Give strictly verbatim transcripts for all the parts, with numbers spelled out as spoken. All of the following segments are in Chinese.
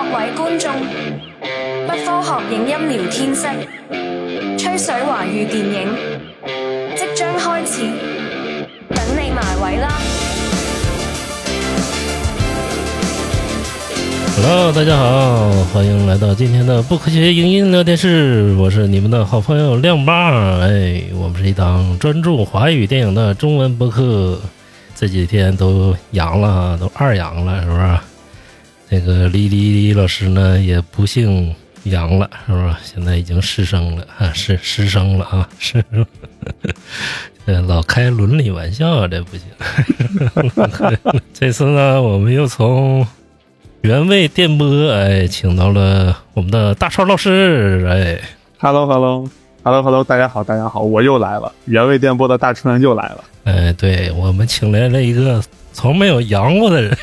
位觀眾，不科學影音聊天室，吹水華語電影即將開始，等你埋位啦！ Hello， 大家好，欢迎来到今天的不科学影音聊天室，我是你们的好朋友亮爸。哎，我们是一档专注华语电影的中文播客，这几天都阳了，都二阳了，是不是？那个李李李老师呢，也不幸阳了，是不是？现在已经失声了啊，失失声了啊，失声。这老开伦理玩笑，这不行。这次呢，我们又从原味电波哎，请到了我们的大超老师哎 ，Hello Hello Hello Hello， 大家好大家好，我又来了，原味电波的大川又来了。 哎，对，我们请来了一个从没有阳过的人，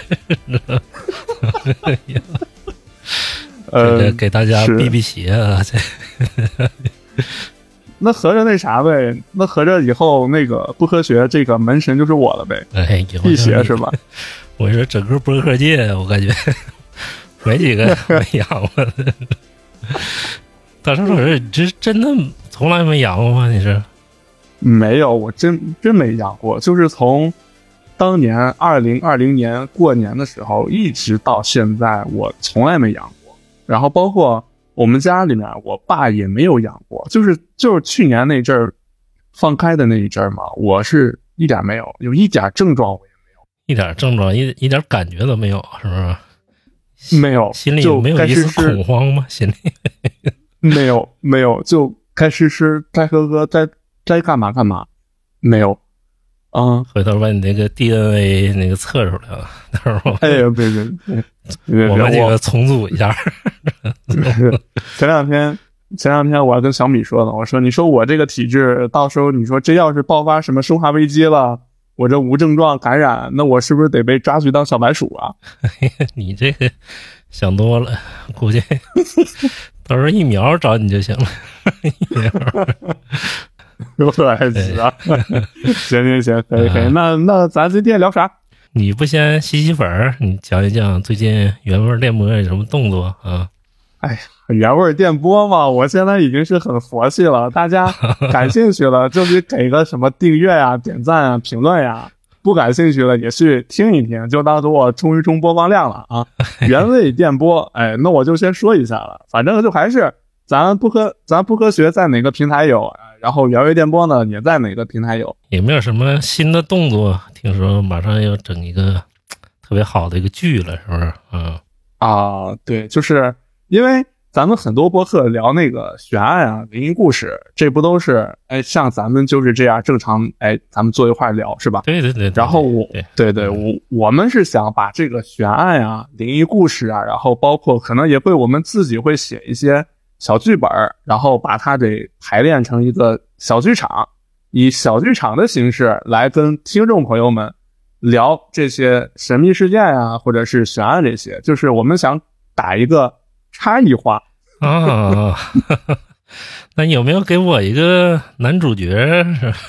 呃，给大家避避邪啊。这那合着那啥呗，那合着以后那个不科学这个门神就是我了呗， 哎， 辟邪是吧？ 我说整个播客界，我感觉没几个没阳过的。大成老师，你这真的从来没阳过吗？你是？ 没有，我真真没阳过，就是从当年二零二零年过年的时候，一直到现在，我从来没阳过。然后包括我们家里面，我爸也没有阳过，就是就是去年那阵儿放开的那一阵儿嘛，我是一点没有，有一点症状我也。 一点症状，一一点感觉都没有，是不是？ 没有， 心里没有一丝恐慌吗？心里没有，没有，就该吃吃，该喝喝，该该干嘛干嘛，没有。嗯， 回头把你那个 D N A 那个测出来了，到时候哎呀，别别别， 我们这个重组一下。 前两天前两天我还跟小米说呢，我说你说我这个体质，到时候你说真要是爆发什么生化危机了。我这无症状感染，那我是不是得被抓去当小白鼠啊？ 你这个想多了，估计到时候疫苗找你就行了。疫苗， 我爱死啊！行行行，可以可以。那那咱今天聊啥？ 你不先吸吸粉儿，你讲一讲最近原味电波有什么动作啊？ 哎呀，原味电波嘛，我现在已经是很佛系了。大家感兴趣了，就去给个什么订阅呀、点赞啊、评论呀；不感兴趣了，也去听一听，就当做我冲一冲播放量了啊。原味电波，哎，那我就先说一下了。反正就还是咱不科，咱不科学在哪个平台有，然后原味电波呢也在哪个平台有。 有没有什么新的动作？听说马上要整一个特别好的一个剧了，是不是？嗯啊，对，就是。因为咱们很多播客聊那个悬案啊、灵异故事，这不都是哎像咱们就是这样正常哎，咱们坐一块聊是吧？ 对对 对, 对。 然后我对对, 对, 对我我们是想把这个悬案啊、灵异故事啊，然后包括可能也会我们自己会写一些小剧本，然后把它给排练成一个小剧场，以小剧场的形式来跟听众朋友们聊这些神秘事件啊，或者是悬案这些，就是我们想打一个差异化啊，那有没有给我一个男主角？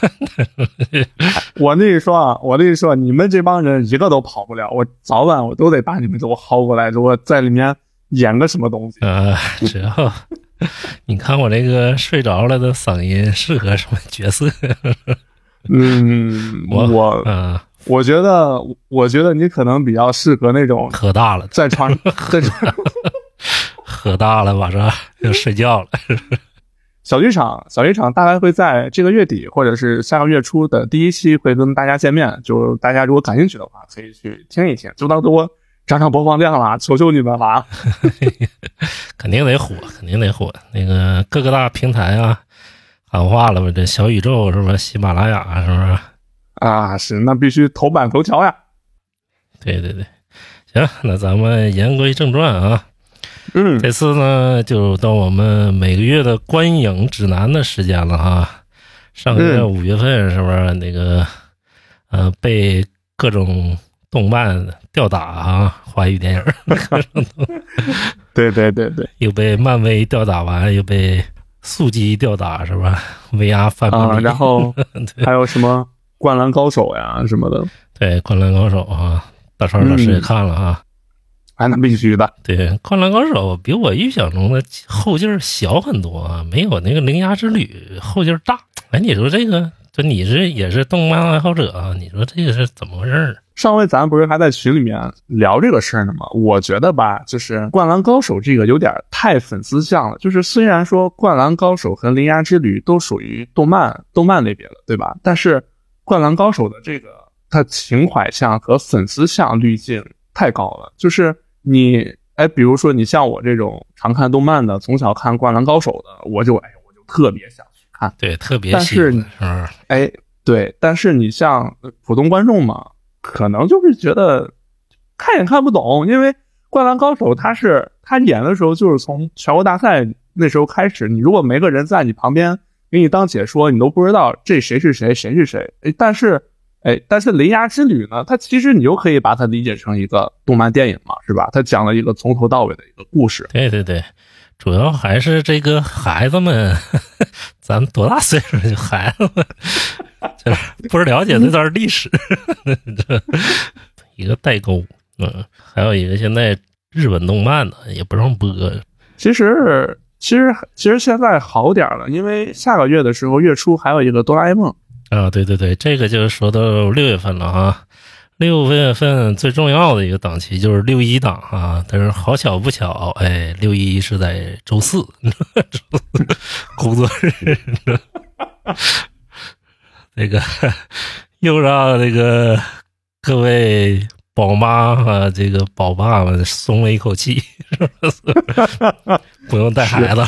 我跟你说啊，我跟你说，你们这帮人一个都跑不了，我早晚我都得把你们给我薅过来，我在里面演个什么东西。 呃，只要你看我这个睡着了的嗓音适合什么角色？ 嗯，我我嗯。我觉得，我觉得你可能比较适合那种喝大了， 在床在床喝大了，晚上要睡觉了。 小剧场，小剧场大概会在这个月底或者是下个月初的第一期会跟大家见面，就大家如果感兴趣的话，可以去听一听，就当多涨涨播放量啦，求求你们啦！ 肯定得火，肯定得火。那个各个大平台啊，喊话了吧？这小宇宙是吧？喜马拉雅是不是？ 啊，是，那必须头版头条呀！ 对对对，行，那咱们言归正传啊。 嗯， 这次呢，就到我们每个月的观影指南的时间了哈。上个月五月份是不是那个、嗯、呃被各种动漫吊打啊？华语电影， 对对对对， 又被漫威吊打完，又被速激吊打是吧 ？V R 范本里、 啊，然后还有什么？灌篮高手呀什么的， 对，灌篮高手啊，大超老师也看了啊、 哎，那必须的。 对，《灌篮高手》比我预想中的后劲儿小很多啊，没有那个《铃芽之旅》后劲儿大。哎，你说这个，就你是也是动漫爱好者啊，你说这个是怎么回事？ 上回咱不是还在群里面聊这个事儿呢吗？我觉得吧，就是《灌篮高手》这个有点太粉丝向了。就是虽然说《灌篮高手》和《铃芽之旅》都属于动漫动漫类别了，对吧？但是《灌篮高手》的这个它情怀向和粉丝向滤镜太高了。就是你哎，比如说你像我这种常看动漫的，从小看《灌篮高手》的，我就哎我就特别想去看， 对，特别但是喜欢是哎对，但是你像普通观众嘛，可能就是觉得看也看不懂，因为《灌篮高手》他是他演的时候就是从全国大赛那时候开始，你如果没个人在你旁边给你当解说，你都不知道这谁是谁谁是谁。哎，但是哎，但是《铃芽之旅》呢，它其实你就可以把它理解成一个动漫电影嘛，是吧？它讲了一个从头到尾的一个故事。 对对对，主要还是这个孩子们，呵呵咱们多大岁数就孩子们，就是不是了解这段历史，这一个代沟。嗯，还有一个现在日本动漫呢也不让播。 其实其实其实现在好点了，因为下个月的时候月初还有一个哆啦 A 梦。 啊，对对对，这个就是说到六月份了哈。六月份最重要的一个档期就是六一档啊，但是好巧不巧，哎，六一是在周四，周四工作日，这个又让这个各位宝妈啊，这个宝爸们松了一口气，是不是？不用带孩子。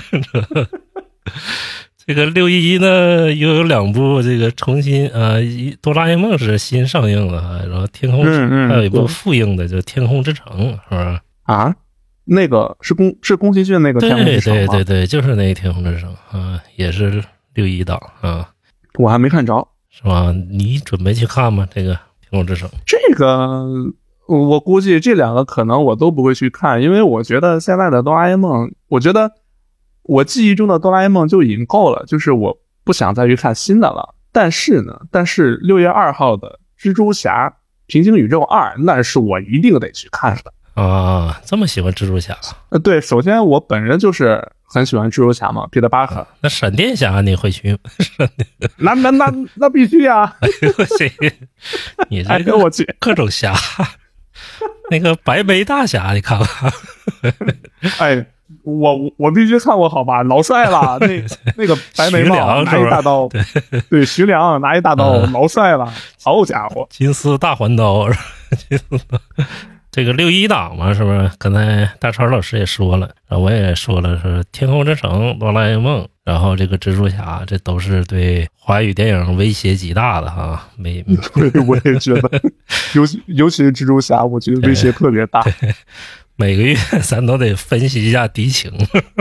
这个六一呢，又有两部这个重新啊，《哆啦 A 梦》是新上映的啊，然后《天空》 嗯嗯还有一部复映的，就《天空之城》，是吧？ 啊，那个是宫是宫崎骏那个《天空之城》吗？ 对对对对，就是那个《天空之城》啊，也是六一档啊， 我还没看着， 是吧？你准备去看吗？这个《天空之城》 这个我估计这两个可能我都不会去看，因为我觉得现在的哆啦 A 梦，我觉得我记忆中的哆啦 A 梦就已经够了，就是我不想再去看新的了。但是呢，但是六月二号的蜘蛛侠平行宇宙二，那是我一定得去看的。 啊，这么喜欢蜘蛛侠？ 呃，对，首先我本人就是很喜欢蜘蛛侠嘛，彼得巴克。 那闪电侠你会去吗？ 那那那那必须呀！ 哎呦我去，你这个我去各种侠，那个白眉大侠你看看？ 哎，我我必须看过好吧，老帅了，那那个白眉毛拿一大刀，对对，徐良拿一大刀，嗯、老帅了，好家伙， 金丝大环刀，金丝刀。这个六一档嘛，是不是？刚才大川老师也说了，然后我也说了，是《天空之城》、哆啦 A 梦，然后这个蜘蛛侠，这都是对华语电影威胁极大的哈。没， 对，我也觉得，尤其尤其是蜘蛛侠，我觉得威胁特别大。 每个月咱都得分析一下敌情。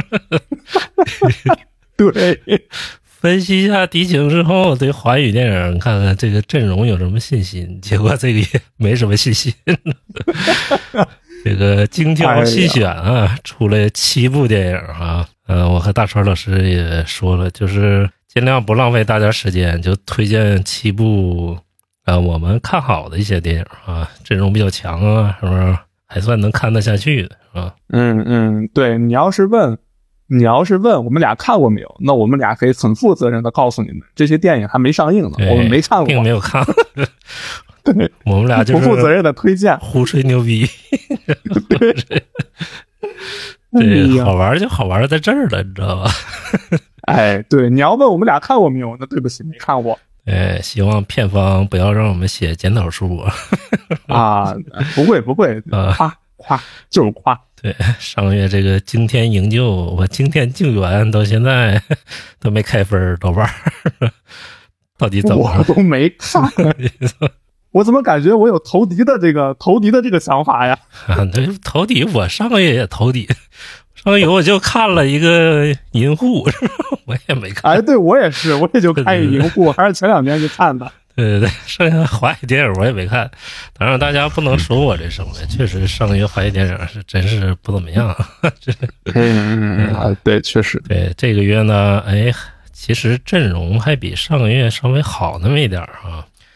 对。 分析一下敌情之后，对华语电影看看这个阵容有什么信心，结果这个也没什么信心。这个精挑细选啊，哎、出了七部电影啊。嗯、呃，我和大川老师也说了，就是尽量不浪费大家时间，就推荐七部啊、呃、我们看好的一些电影啊，阵容比较强啊，是不是还算能看得下去的，是吧？ 嗯嗯，对，你要是问。你要是问我们俩看过没有，那我们俩可以很负责任的告诉你们，这些电影还没上映呢，我们没看过， 并没有看。 对， 我们俩就是不负责任的推荐， 胡吹牛逼。 对， 对，好玩就好玩在这儿了，你知道吧？ 哎，对，你要问我们俩看过没有，那对不起，没看过。 哎，希望片方不要让我们写检讨书啊！不会不会，夸夸就是夸。 对，上个月这个惊天营救，我惊天救援到现在都没开分，豆瓣到底怎么了？ 我都没看，我怎么感觉我有投敌的这个投敌的这个想法呀？ 啊，对，投敌，我上个月也投敌，上个月我就看了一个银护，我也没看。 哎，对我也是，我也就看一银护，还是前两天去看的。 对对对，剩下华语电影我也没看，当然大家不能说我这什么，确实上个月华语电影是真是不怎么样。 嗯嗯嗯，对，确实。 对，这个月呢，哎，其实阵容还比上个月稍微好那么一点啊。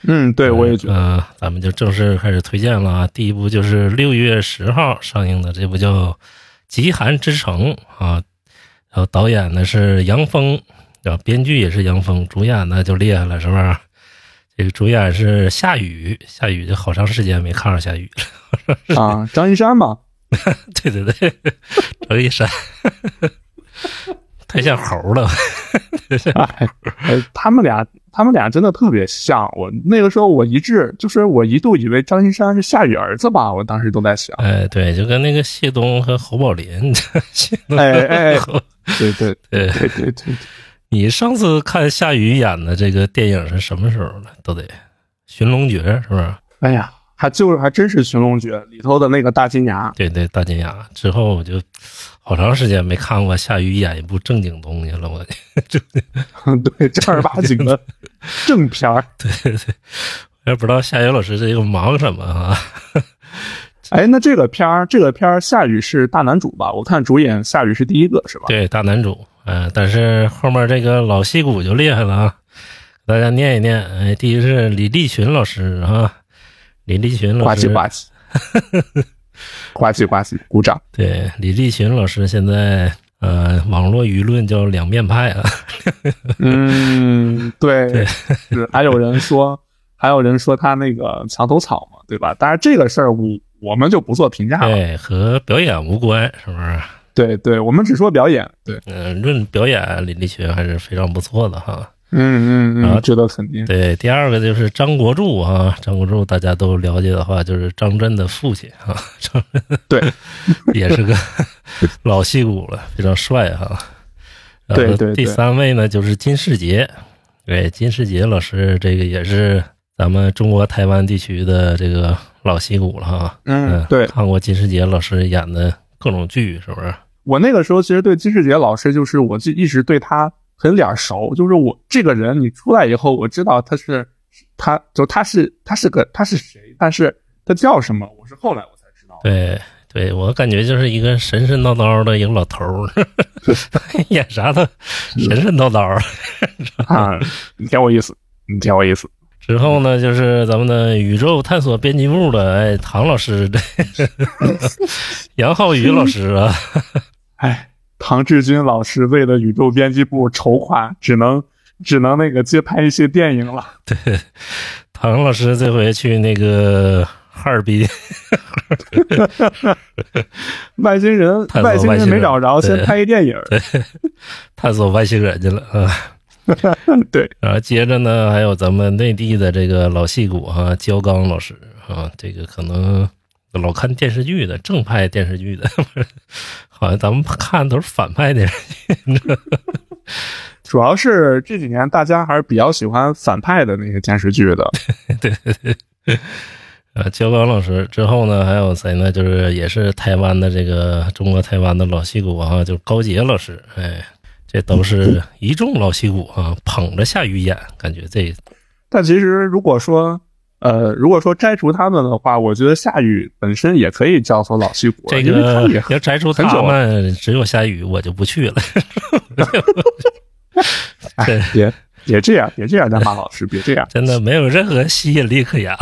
嗯，对，我也觉得。 嗯、呃，咱们就正式开始推荐了啊。第一部就是六月十号上映的，这部叫《极寒之城》啊，然后导演呢是杨峰，然后编剧也是杨峰，主演呢就厉害了，是不是？这个主演是夏雨，夏雨就好长时间没看上夏雨了啊，张一山嘛。 对对对，张一山。太像猴了。 哎，哎，他们俩，他们俩真的特别像。我那个时候，我一致就是我一度以为张一山是夏雨儿子吧，我当时都在想。 哎，对，就跟那个谢东和侯宝林。 哎哎，对对对对对对。 你上次看夏雨演的这个电影是什么时候了？都得《寻龙诀》是不是？ 哎呀，还就是还真是《寻龙诀》里头的那个大金牙。 对对，大金牙之后我就好长时间没看过夏雨演一部正经东西了，我就对正儿八经的正片儿。 对对对，我也不知道夏雨老师这个忙什么啊。 哎，那这个片儿，这个片儿夏雨是大男主吧？我看主演夏雨是第一个是吧？ 对，大男主。嗯、呃，但是后面这个老戏骨就厉害了啊，大家念一念。哎，第一是李立群老师啊，李立群老师， 呱唧呱唧，呱唧呱唧，鼓掌。 对，李立群老师现在呃，网络舆论叫两面派啊。 嗯，对， 对， 是还有人说，还有人说他那个墙头草嘛，对吧？但是这个事儿我我们就不做评价了， 对，和表演无关，是不是？ 对对，我们只说表演。对， 嗯，论表演，李立群还是非常不错的哈。 嗯嗯嗯，值得肯定。 对，第二个就是张国柱啊，张国柱大家都了解的话，就是张震的父亲啊，张震对， 也是个老戏骨了，非常帅哈。 对对对。 第三位呢就是金世杰，对，金世杰老师这个也是咱们中国台湾地区的这个老戏骨了哈。 嗯，对， 看过金世杰老师演的各种剧，是不是？ 我那个时候其实对金世杰老师，就是我就一直对他很脸熟，就是我这个人，你出来以后，我知道他是，他就他是他是个他是谁，但是他叫什么，我是后来我才知道。 对对，我感觉就是一个神神叨叨的一个老头儿，演啥都神神叨叨啊，你挺有意思，你挺有意思。 之后呢，就是咱们的宇宙探索编辑部的哎唐老师，杨浩宇老师啊， 哎，唐志军老师为了宇宙编辑部筹款，只能只能那个接拍一些电影了。 对，唐老师这回去那个哈尔滨， 外星人外星人没找着，先拍一电影， 对，探索外星人去了啊。 对， 然后接着呢，还有咱们内地的这个老戏骨哈，焦刚老师啊，这个可能老看电视剧的，正派电视剧的，好像咱们看都是反派电视剧。 主要是这几年大家还是比较喜欢反派的那些电视剧的。 对对对。呃，焦刚老师之后呢，还有谁呢？就是也是台湾的这个中国台湾的老戏骨啊，就是高杰老师，哎。这都是一众老戏骨啊，捧着夏雨演，感觉这。 但其实如果说，呃，如果说摘除他们的话，我觉得夏雨本身也可以叫做老戏骨， 这个要摘除他们，只有夏雨，我就不去了。 哎，别别这样，别这样，咱马老师别这样， 真的没有任何吸引力可言。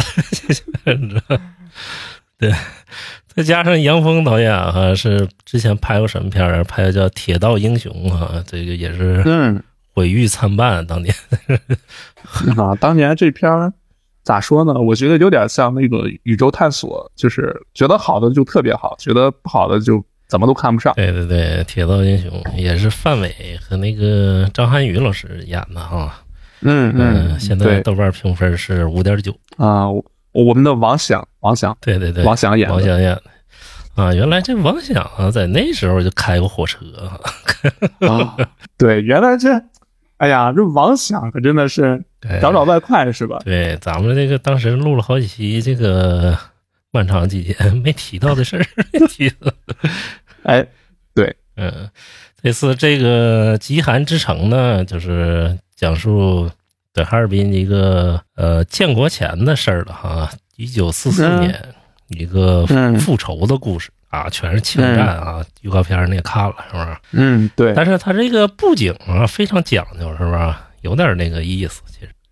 对。再加上杨峰导演哈，是之前拍过什么片儿？拍的叫《铁道英雄》哈，这个也是嗯毁誉参半。当年啊，当年这片儿咋说呢？我觉得有点像那个宇宙探索，就是觉得好的就特别好，觉得不好的就怎么都看不上。 对对对，《铁道英雄》也是范伟和那个张涵予老师演的哈。 嗯嗯， 现在豆瓣评分是五点九啊。我们的王响，王响， 对对对， 王响演的， 王响演的啊，原来这王响啊，在那时候就开过火车啊，对，原来这，哎呀，这王响可真的是找找外快是吧？ 对，咱们这个当时录了好几期这个漫长季节没提到的事儿，没提到， 哎，对， 嗯，这次这个极寒之城呢，就是讲述。在哈尔滨一个呃建国前的事儿了哈，一九四四年、嗯、一个复仇的故事、嗯、啊，全是枪战啊，嗯、预告片你也看了是不是？ 嗯，对。 但是它这个布景啊非常讲究，是不是？有点那个意思，其实。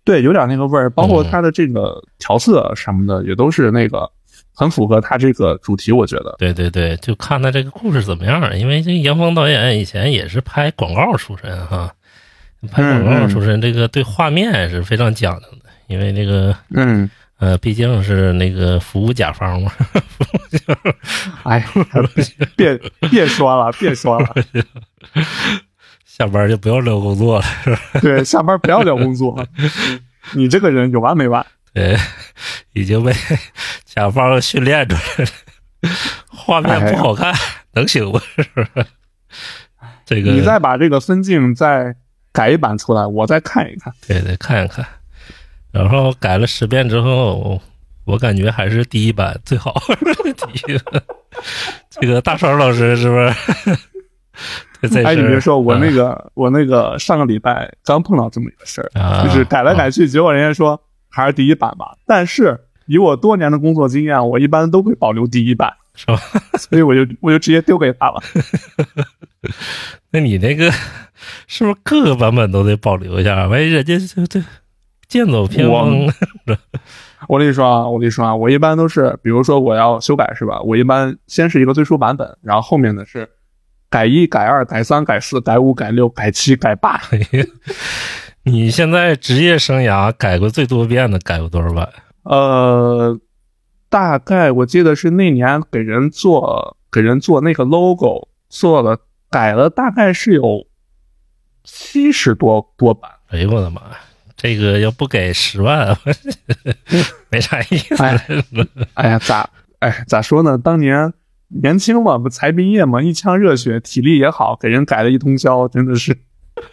对，有点那个味儿，包括它的这个调色什么的，也都是那个很符合它这个主题，我觉得。 对对对，就看他这个故事怎么样，因为这个杨峰导演以前也是拍广告出身哈，拍广告出身，这个对画面是非常讲究的，因为这个嗯。 呃，毕竟是那个服务甲方嘛。 哎，别别说了，别说了。 下班就不要聊工作了，是吧？ 对，下班不要聊工作。你这个人有完没完？ 对，已经被甲方训练出来了，画面不好看，哎、能行吗？是不是？这个你再把这个分镜再改一版出来，我再看一看。 对对，看一看。然后改了十遍之后，我感觉还是第一版最好。第一版，这个大双老师是不是？ 哎，你别说，我那个、啊、我那个上个礼拜刚碰到这么一个事儿、啊，就是改来改去，结果人家说还是第一版吧。但是以我多年的工作经验，我一般都会保留第一版， 是吧？ 所以我就我就直接丢给他了。 那你那个是不是各个版本都得保留一下？万一人家就对。剑走偏锋， 我, 我跟你说啊，我跟你说啊，我一般都是，比如说我要修改是吧？我一般先是一个最初版本，然后后面的是改一、改二、改三、改四、改五、改六、改七、改八。 你现在职业生涯改过最多遍的改过多少版？ 呃，大概我记得是那年给人做给人做那个 logo 做了改了，大概是有七十多多版。 哎呦我的妈呀！这个要不给十万，没啥意思。 哎, 哎呀，咋哎咋说呢？当年年轻嘛，不才毕业嘛，一腔热血，体力也好，给人改了一通宵，真的是。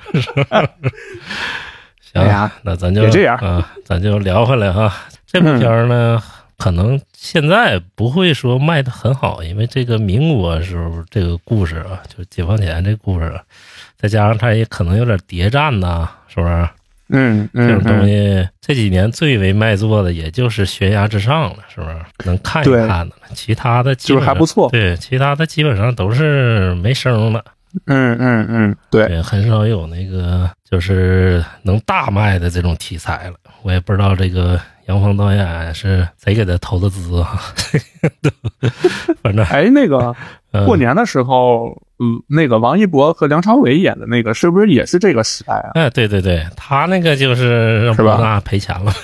行、哎呀，那咱就也这样啊，咱就聊回来哈。这部片呢、嗯，可能现在不会说卖的很好，因为这个民国时候这个故事啊，就解放前这故事、啊，再加上它也可能有点谍战呐，是不是？ 嗯， 这种东西这几年最为卖座的，也就是悬崖之上了，是不是？能看一看的了，其他的基本上就是还不错。 对，其他的基本上都是没声了。 嗯嗯嗯，对， 对，很少有那个就是能大卖的这种题材了。我也不知道这个杨峰导演是谁给他投的资啊。反正哎，那个过年的时候。嗯，那个王一博和梁朝伟演的那个是不是也是这个时代啊？ 哎，对对对，他那个就是让博纳赔钱了。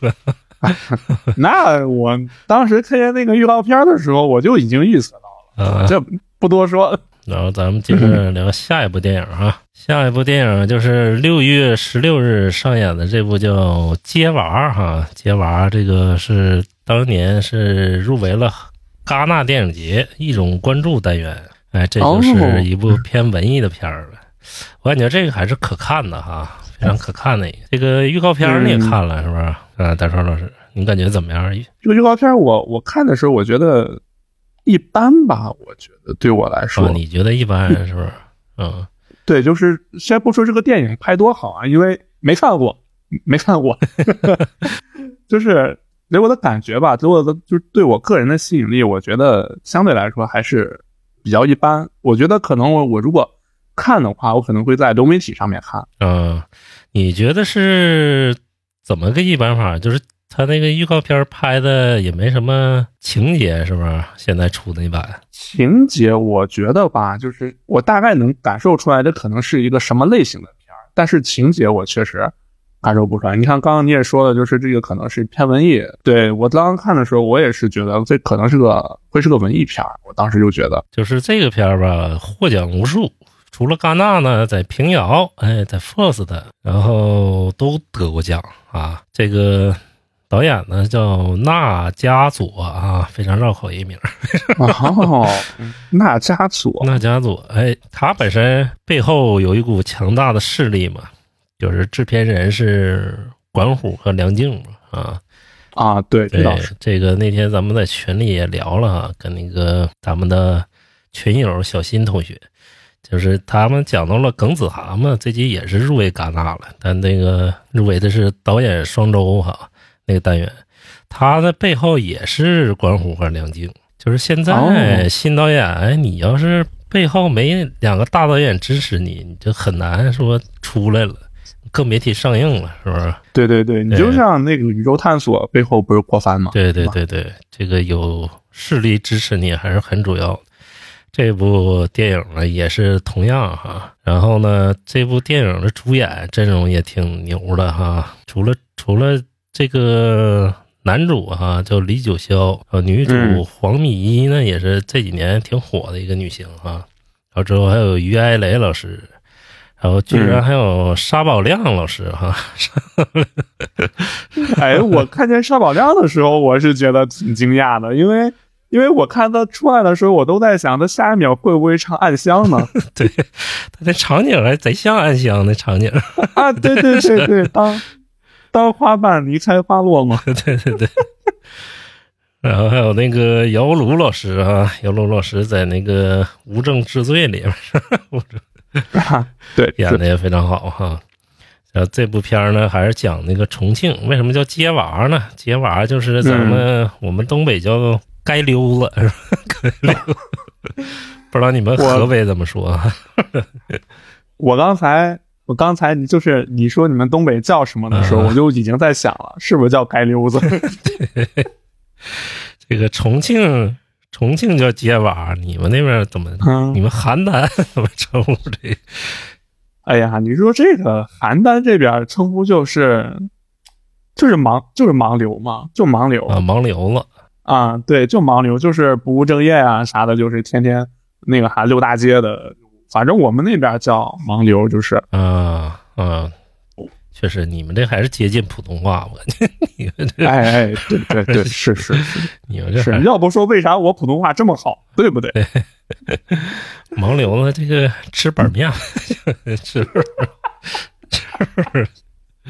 那我当时看见那个预告片的时候，我就已经预测到了，嗯、这不多说。 然后咱们接着聊下一部电影啊，下一部电影就是六月十六日上演的这部叫《接娃》哈，《接娃》这个是当年是入围了戛纳电影节一种关注单元。哎，这就是一部偏文艺的片儿了。哦、我感觉这个还是可看的哈，非常可看的。这个预告片你也看了、嗯、是不是？啊，大川老师，你感觉怎么样？ 这个预告片我我看的时候，我觉得一般吧。我觉得对我来说， 哦、你觉得一般是不是？嗯， 对，就是先不说这个电影拍多好啊，因为没看过，没看过，就是给我的感觉吧，给我的就是对我个人的吸引力，我觉得相对来说还是。比较一般，我觉得可能我我如果看的话，我可能会在流媒体上面看。 嗯，你觉得是怎么个一般法？就是他那个预告片拍的也没什么情节，是不是？现在出那版情节，我觉得吧，就是我大概能感受出来，这可能是一个什么类型的片儿，但是情节我确实感受不出来。你看，刚刚你也说了，就是这个可能是偏文艺。对，我刚刚看的时候，我也是觉得这可能是个会是个文艺片儿。我当时就觉得， 就是这个片儿吧，获奖无数，除了戛纳呢，在平遥，哎，在 F I R S T， 然后都得过奖啊。这个导演呢叫纳加佐啊，非常绕口一名。 哦，纳加佐， 纳加佐，哎，他本身背后有一股强大的势力嘛。就是制片人是管虎和梁静嘛，啊啊，对， 对，这个那天咱们在群里也聊了哈，跟那个咱们的群友小新同学，就是他们讲到了耿子涵嘛，这集也是入围戛纳了，但那个入围的是导演双周哈那个单元，他的背后也是管虎和梁静，就是现在新导演，哎，你要是背后没两个大导演支持你，你就很难说出来了。 更别提上映了，是不是？ 对对对，你就像那个宇宙探索背后不是郭帆吗？ 对对对对，这个有势力支持你还是很主要的。这部电影呢也是同样哈，然后呢，这部电影的主演阵容也挺牛的哈，除了除了这个男主哈叫李九霄，呃，女主黄米一呢也是这几年挺火的一个女星哈，然后之后还有于爱蕾老师。然后居然还有沙宝亮老师哈、 嗯，哎，我看见沙宝亮的时候，我是觉得挺惊讶的，因为因为我看他出来的时候，我都在想，他下一秒会不会唱《暗香》呢？ 对，他那场景还贼像《暗香》那场景啊！对对对对，当当花瓣离开花落嘛。 对对对。然后还有那个姚鲁老师啊，姚鲁老师在那个《无证之罪》里面。 啊，对， 演的也非常好哈。然后这部片呢，还是讲那个重庆，为什么叫街娃呢？街娃就是咱们、嗯、我们东北叫街溜子，是吧？街溜子，不知道你们河北怎么说？ 我刚才，我刚才你就是你说你们东北叫什么的时候，嗯、我就已经在想了，是不是叫街溜子？ 这个重庆。重庆叫街娃，你们那边怎么？嗯、你们邯郸怎么称呼这？ 哎呀，你说这个邯郸这边称呼就是就是盲就是盲流嘛，就盲流啊，盲流了啊，对，就盲流，就是不务正业啊啥的，就是天天那个还溜大街的，反正我们那边叫盲流，就是啊啊。确实，你们这还是接近普通话，我感觉你们这， 哎哎，对对对，是是是， 你们这是，要不说为啥我普通话这么好，对不对？ 对盲流子这个吃板面，吃，吃，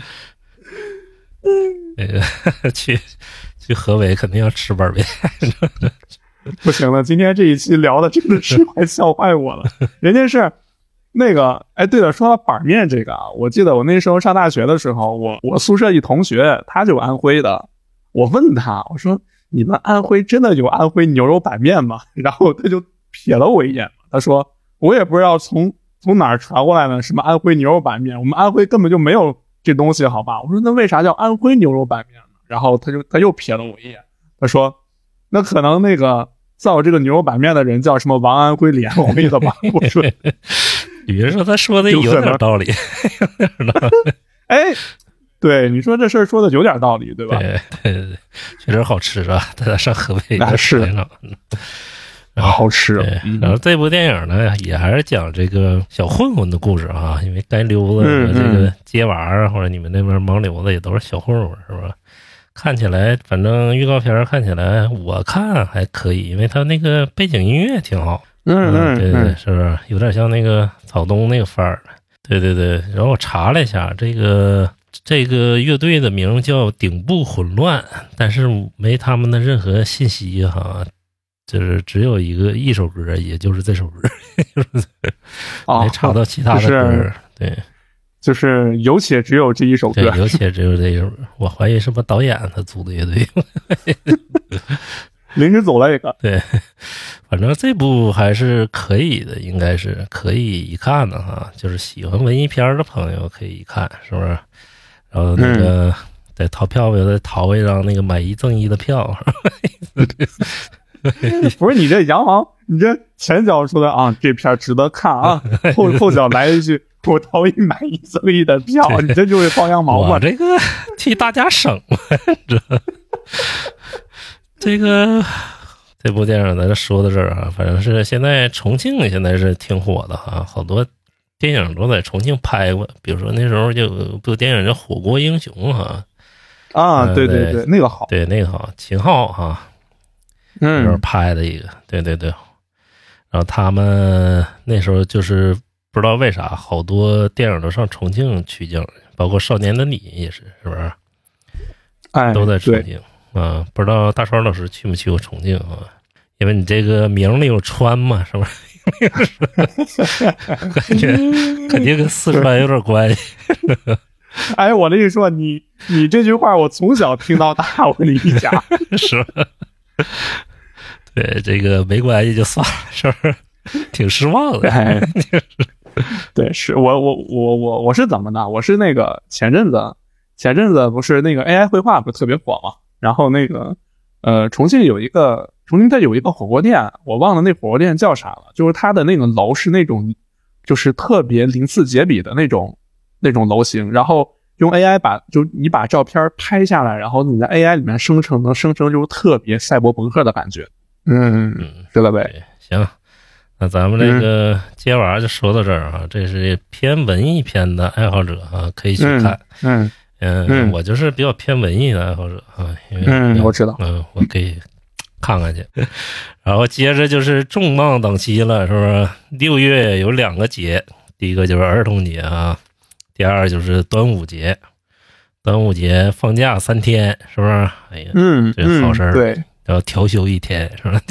那个去去河北肯定要吃板面。 不行了，今天这一期聊的真的是快笑坏我了，人家是。那个，哎，对了，说到板面这个啊，我记得我那时候上大学的时候，我我宿舍一同学，他就安徽的，我问他，我说你们安徽真的有安徽牛肉板面吗？然后他就瞥了我一眼，他说我也不知道从从哪儿传过来的什么安徽牛肉板面，我们安徽根本就没有这东西，好吧？我说那为啥叫安徽牛肉板面呢？然后他就他又瞥了我一眼，他说那可能那个造这个牛肉板面的人叫什么王安徽、李安徽的吧？我说。 比如说他说的有点道理， 哎，对，你说这事儿说的有点道理，对吧？ 对对对，确实好吃啊！大家上河北那是好吃。 嗯、然后这部电影呢，也还是讲这个小混混的故事啊，因为街溜子和这个街娃啊，或者你们那边盲流子也都是小混混，是吧？看起来，反正预告片看起来，我看还可以，因为他那个背景音乐挺好。 嗯嗯，对对，是不是有点像那个草东那个范儿？对对对。然后我查了一下，这个这个乐队的名叫顶部混乱，但是没他们的任何信息哈，就是只有一个一首歌，也就是这首歌，没查到其他的歌。哦就是、对， 就是有且只有这一首歌， 对，有且只有这一首。我怀疑是不是导演他组的乐队。 临时走了一个， 对，反正这部还是可以的，应该是可以一看的哈。就是喜欢文艺片的朋友可以一看，是不是？然后那个在淘票有的淘一张那个买一赠一的票， 不是你这杨航，你这前脚说的啊，这片值得看啊，后后脚来一句我淘一买一赠一的票，你这就是薅羊毛吧？ 我这个替大家省嘛，这。这个这部电影咱说到这儿啊，反正是现在重庆现在是挺火的哈，好多电影都在重庆拍过，比如说那时候就有部电影叫《火锅英雄》哈， 啊，对对对，那个好， 对那个好，秦昊哈，那时候拍的一个，对对对，然后他们那时候就是不知道为啥，好多电影都上重庆取景，包括《少年的你》也是，是不是？ 哎， 都在重庆。啊，不知道大川老师去没去过重庆啊？因为你这个名里有川嘛，是不是？感觉肯定跟四川有点关系。 哎，我跟你说，你你这句话我从小听到大，我跟你讲， 是吧？对，这个没关系就算了，是不是？挺失望的。 哎， 对，是我我我我我是怎么的？我是那个前阵子前阵子不是那个 A I 绘画不是特别火嘛？然后那个呃重庆有一个重庆它有一个火锅店，我忘了那火锅店叫啥了，就是它的那个楼是那种就是特别鳞次栉比的那种那种楼型，然后用 A I 把就你把照片拍下来，然后你在 A I 里面生成能生成就是特别赛博朋克的感觉。嗯嗯，对了呗。 行，那咱们这个接娃就说到这儿啊，这是偏文艺片的爱好者啊，可以去看。 嗯嗯嗯，我就是比较偏文艺的爱好者啊，因为嗯我知道， 嗯，我可以看看去。然后接着就是重磅档期了，是不是？六月有两个节，第一个就是儿童节啊，第二就是端午节。端午节放假三天，是不是？哎呀， 嗯， 这好事儿、 嗯。对， 然后调休一天，是吧？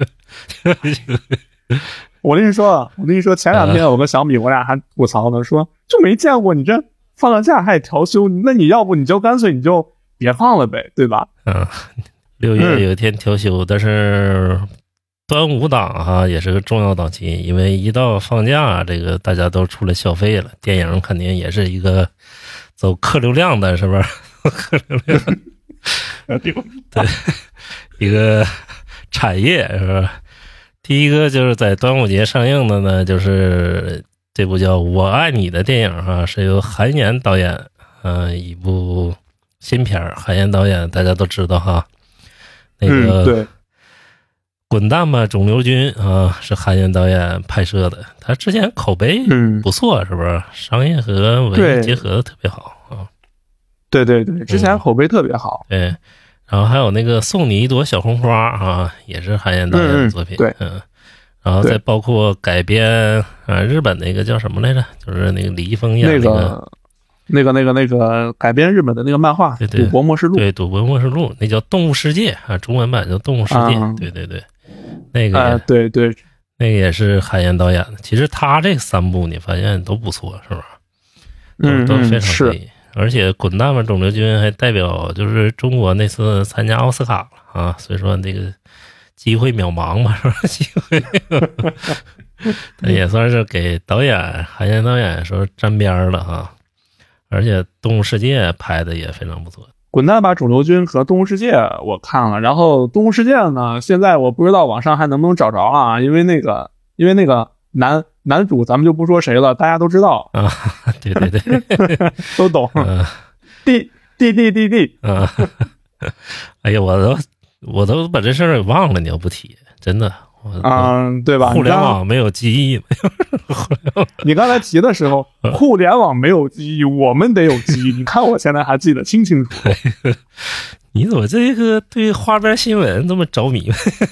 我跟你说，我跟你说，前两天我跟小米我俩还吐槽呢，说就没见过你这放个假还调休，那你要不你就干脆你就别放了呗，对吧？ 嗯，六月有一天调休，嗯、但是端午档哈、啊、也是个重要档期，因为一到放假，这个大家都出来消费了，电影肯定也是一个走客流量的，是不是？客流量，对，一个产业是吧？第一个就是在端午节上映的呢，就是这部叫《我爱你》的电影哈、啊，是由韩延导演，呃，一部新片。韩延导演大家都知道哈，那个、 嗯、对， 滚蛋吧肿瘤君啊，是韩延导演拍摄的，他之前口碑不错，是不是？商业和文艺结合的特别好啊。 对对对，之前口碑特别好。 嗯、对。然后还有那个送你一朵小红花啊，也是韩延导演的作品。 嗯、对， 嗯，然后再包括改编啊，日本那个叫什么来着？就是那个李易峰演那个那个那个那个改编日本的那个漫画《赌博默示录》。 对，《赌博默示录》那叫《动物世界》啊，中文版叫《动物世界》 啊。 对对对，那个、 啊、对对， 那个也是韩延导演的。其实他这三部你发现都不错，是吧？ 嗯， 都非常可以。而且滚蛋吧肿瘤君还代表就是中国那次参加奥斯卡了啊，所以说那个机会渺茫嘛，是吧？机会但也算是给导演韩延导演说沾边了哈。而且动物世界拍的也非常不错。 滚蛋吧肿瘤君和动物世界我看了，然后动物世界呢现在我不知道网上还能不能找着啊，因为那个因为那个男男主咱们就不说谁了，大家都知道啊，对对对， 都懂。弟弟弟弟弟啊，哎呀，我都我都把这事儿给忘了，你要不提，真的， 嗯，对吧？ 互联网没有记忆， 你刚才提的时候，互联网没有记忆，我们得有记忆。你看我现在还记得清清楚楚。 你怎么这个对花边新闻这么着迷？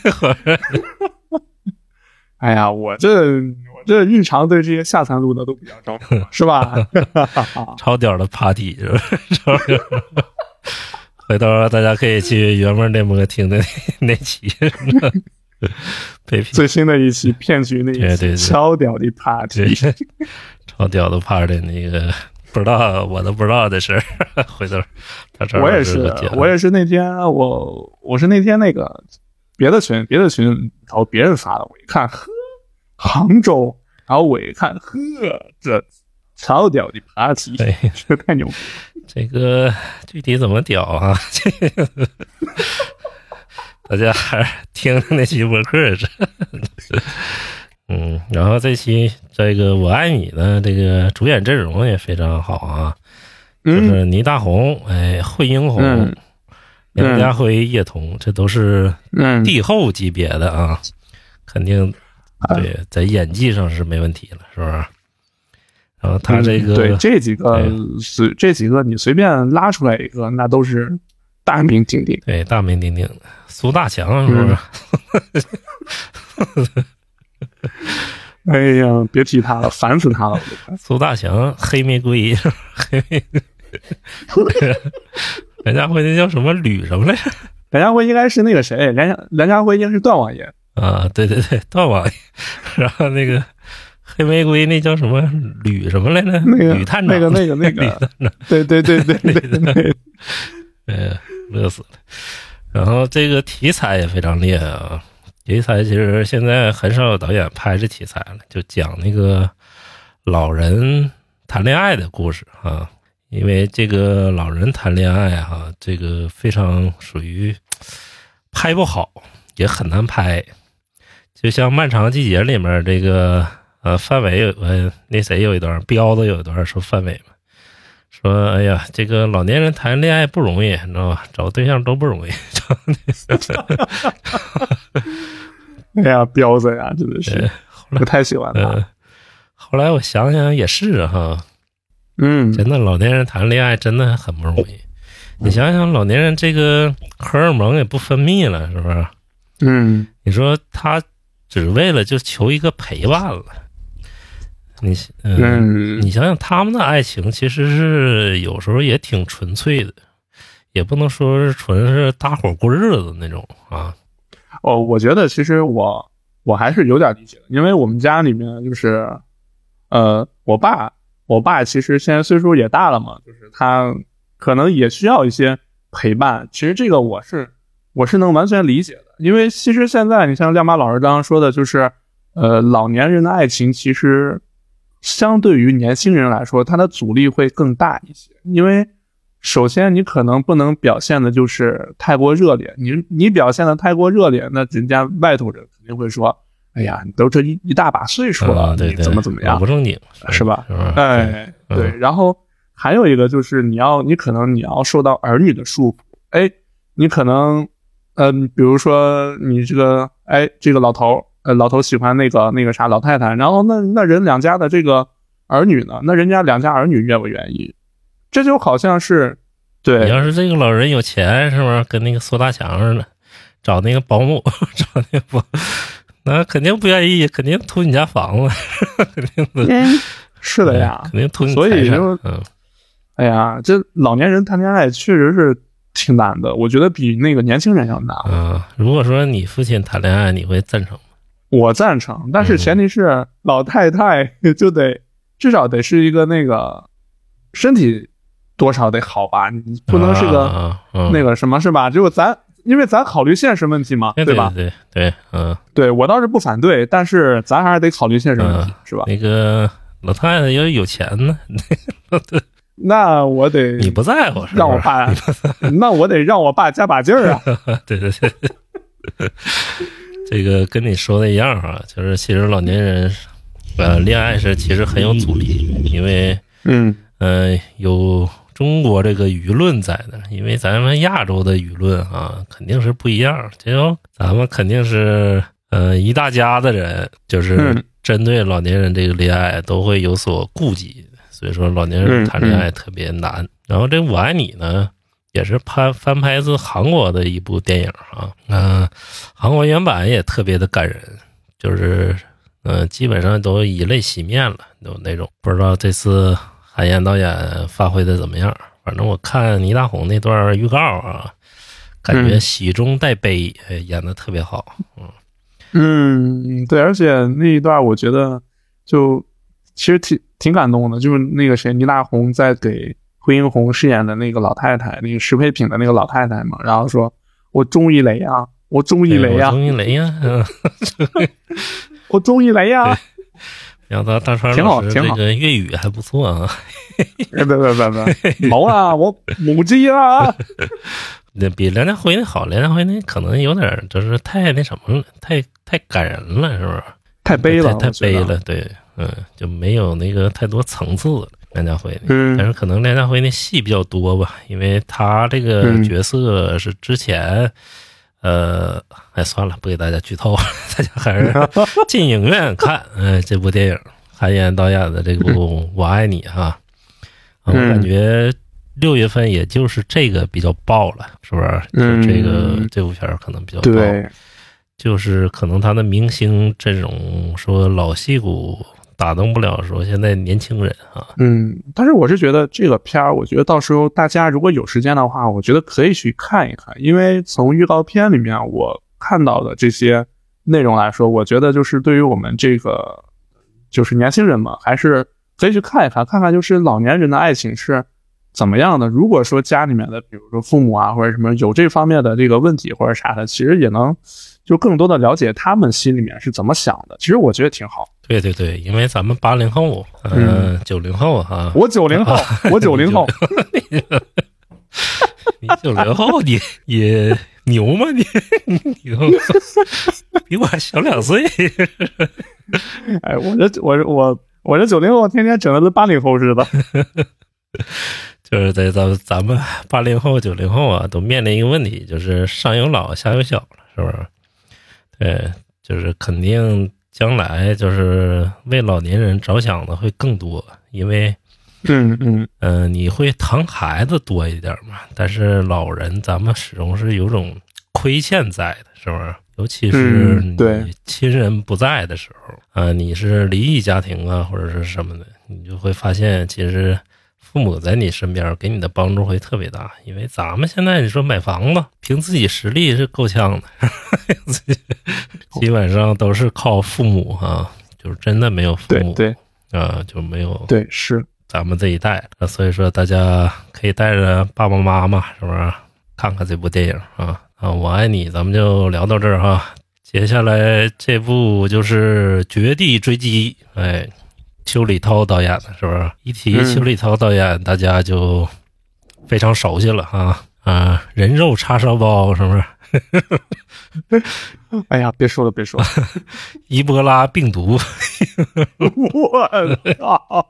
哎呀，我这我这日常对这些下三路的都比较着迷，是吧？ 超屌的 party 是吧？回头大家可以去原味电波听的那期， 最新的一期骗局那一期， 对对对， 超屌的 party， 超屌的 party 那个不知道我都不知道的事儿，回头他这我也是，我也是那天我我是那天那个。别的群，别的群，然后别人发的，我一看，呵，杭州，然后我一看，呵，这超屌的 party， 对， 这太牛逼了。 这个具体怎么屌啊？大家还是听那期播客是。嗯，然后这期这个我爱你的这个主演阵容也非常好啊，就是倪大红，哎，惠英红。嗯梁家辉、叶童，这都是帝后级别的啊，嗯、肯定对，在演技上是没问题了，是不是？然后他这个、 嗯、对这几个随这几个你随便拉出来一个，那都是大名鼎鼎， 对，大名鼎鼎的。苏大强是不是？ 嗯、哎呀，别提他了，烦死他了！ 苏大强，黑玫瑰，黑玫瑰。梁家辉那叫什么吕什么来着？ 梁家辉应该是那个谁？梁家梁家辉应该是段王爷啊，对对对，段王爷。然后那个黑玫瑰那叫什么吕什么来着？ 那个吕探长， 那个那个那个，对对对对对对对， 呃，乐死了。然后这个题材也非常厉害啊，题材其实现在很少有导演拍这题材了，就讲那个老人谈恋爱的故事啊。因为这个老人谈恋爱哈、啊，这个非常属于拍不好，也很难拍。就像《漫长季节》里面这个呃范伟有呃那谁有一段，彪子有一段说范伟嘛，说哎呀这个老年人谈恋爱不容易，你知道吧？找对象都不容易。 哎呀，彪子呀，真的是，我太喜欢他、 呃。后来我想想也是哈。 嗯， 真的，老年人谈恋爱真的很不容易。你想想，老年人这个荷尔蒙也不分泌了，是不是？ 嗯， 你说他只为了就求一个陪伴了，你嗯，嗯你想想他们的爱情其实是有时候也挺纯粹的，也不能说是纯是大伙过日子那种啊。 哦，我觉得其实我我还是有点理解的，因为我们家里面就是呃，我爸。我爸其实现在岁数也大了嘛，就是他可能也需要一些陪伴。其实这个我是我是能完全理解的，因为其实现在你像亮妈老师刚刚说的，就是呃老年人的爱情其实相对于年轻人来说，他的阻力会更大一些。因为首先你可能不能表现的就是太过热烈，你你表现的太过热烈，那人家外头人肯定会说。哎呀，你都这一一大把岁数了， 啊、对对你怎么怎么样？ 不正经是吧？ 是吧哎， 对、 对。然后还有一个就是你要，你可能你要受到儿女的束缚。哎，你可能，嗯、呃，比如说你这个，哎，这个老头，呃，老头喜欢那个那个啥老太太，然后那那人两家的这个儿女呢，那人家两家儿女愿不愿意？这就好像是，对。 你要是这个老人有钱，是不是跟那个苏大强似的，找那个保姆，找那个保。那肯定不愿意，肯定图你家房子，肯定的、 嗯。是的呀， 肯定图你所以就， 嗯， 哎呀，这老年人谈恋爱确实是挺难的，我觉得比那个年轻人要难。 嗯，如果说你父亲谈恋爱，你会赞成吗？ 我赞成，但是前提是老太太就得至少得是一个那个身体多少得好吧，你不能是个那个什么，是吧？就咱。因为咱考虑现实问题嘛， 对对吧？ 对对对，嗯， 对我倒是不反对，但是咱还是得考虑现实问题， 嗯、 是吧？ 那个老太太要有钱呢， 那我得你不在乎， 让我爸，那我得让我爸加把劲儿啊！ 对对对，这个跟你说的一样啊，就是其实老年人，呃，恋爱是其实很有阻力，因为嗯呃有。中国这个舆论在的，因为咱们亚洲的舆论啊，肯定是不一样。就咱们肯定是，呃，一大家的人，就是针对老年人这个恋爱都会有所顾忌，所以说老年人谈恋爱特别难。嗯嗯、然后这《我爱你》呢，也是翻翻拍自韩国的一部电影啊，嗯、呃，韩国原版也特别的感人，就是嗯、呃，基本上都以泪洗面了，都那种。不知道这次。韩延导演发挥的怎么样？反正我看倪大红那段预告啊，感觉喜中带悲，嗯、演的特别好。嗯嗯，对，而且那一段我觉得就其实挺挺感动的，就是那个谁倪大红在给惠英红饰演的那个老太太，那个石培品的那个老太太嘛，然后说我中意你啊，我中意你啊， 我中意你呀，嗯， 我中意你呀。 然后大川老师这个粤语还不错啊， 别别别别别，冇啊，我母鸡啊， 那比梁家辉那好，梁家辉那可能有点就是太那什么了，太太感人了，是不是？ 太悲了， 太太悲了，对，嗯，就没有那个太多层次了。梁家辉那， 嗯， 但是可能梁家辉那戏比较多吧，因为他这个角色是之前。呃，哎，算了，不给大家剧透了，大家还是进影院看，哎，这部电影，韩延导演的这部《我爱你》哈，我感觉六月份也就是这个比较爆了，是不是？ 嗯， 就这个这部片可能比较爆， 对， 就是可能他的明星阵容说老戏骨打动不了说现在年轻人啊。 嗯，但是我是觉得这个片儿，我觉得到时候大家如果有时间的话，我觉得可以去看一看，因为从预告片里面我看到的这些内容来说，我觉得就是对于我们这个就是年轻人嘛，还是可以去看一看，看看就是老年人的爱情是怎么样的。如果说家里面的比如说父母啊或者什么有这方面的这个问题或者啥的，其实也能就更多的了解他们心里面是怎么想的，其实我觉得挺好。 对对对，因为咱们八零后，嗯，九零后哈， 我九零后，我九零后， 你九零后，你也牛吗？你牛，比我小两岁。 哎，我这我我我这九零后，天天整的跟八零后似的。 就是在咱们咱们八零后、九零后啊，都面临一个问题，就是上有老下有小了，是不是？对，就是肯定。将来就是为老年人着想的会更多，因为， 嗯嗯嗯、呃，你会疼孩子多一点嘛，但是老人咱们始终是有种亏欠在的，是不是？尤其是你亲人不在的时候，啊、嗯呃，你是离异家庭啊，或者是什么的，你就会发现其实父母在你身边给你的帮助会特别大，因为咱们现在你说买房子，凭自己实力是够呛的。基本上都是靠父母啊，就是真的没有父母， 对对啊，就没有对是咱们这一代了，所以说大家可以带着爸爸妈妈，是不是看看这部电影啊？啊，我爱你，咱们就聊到这儿哈。接下来这部就是《绝地追击》，哎，邱礼涛导演的，是不是？一提邱礼涛导演，嗯、大家就非常熟悉了哈啊，人肉叉烧包，是不是？ 哎呀，别说了，别说了， 伊波拉病毒， 我操！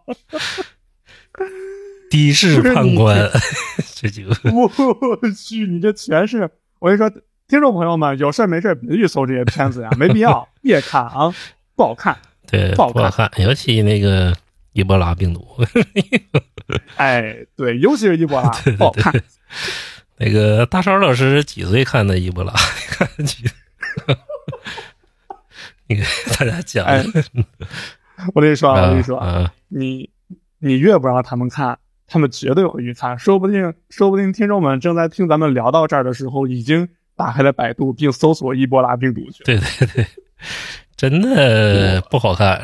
的士判官，这几个， 我去，你这全是！我跟你说，听众朋友们，有事没事别去搜这些片子呀，没必要，别看啊，不好看。 对， 不好看， 不好看，尤其那个伊波拉病毒。 哎，对，尤其是伊波拉， 对对对， 不好看。 那个大勺老师几岁看的伊波拉？看几？你给大家讲。 哎、我跟你说，我跟你说， 啊、 你你越不让他们看，他们绝对会去看。说不定，说不定听众们正在听咱们聊到这儿的时候，已经打开了百度并搜索伊波拉病毒去。 对对对，真的不好看，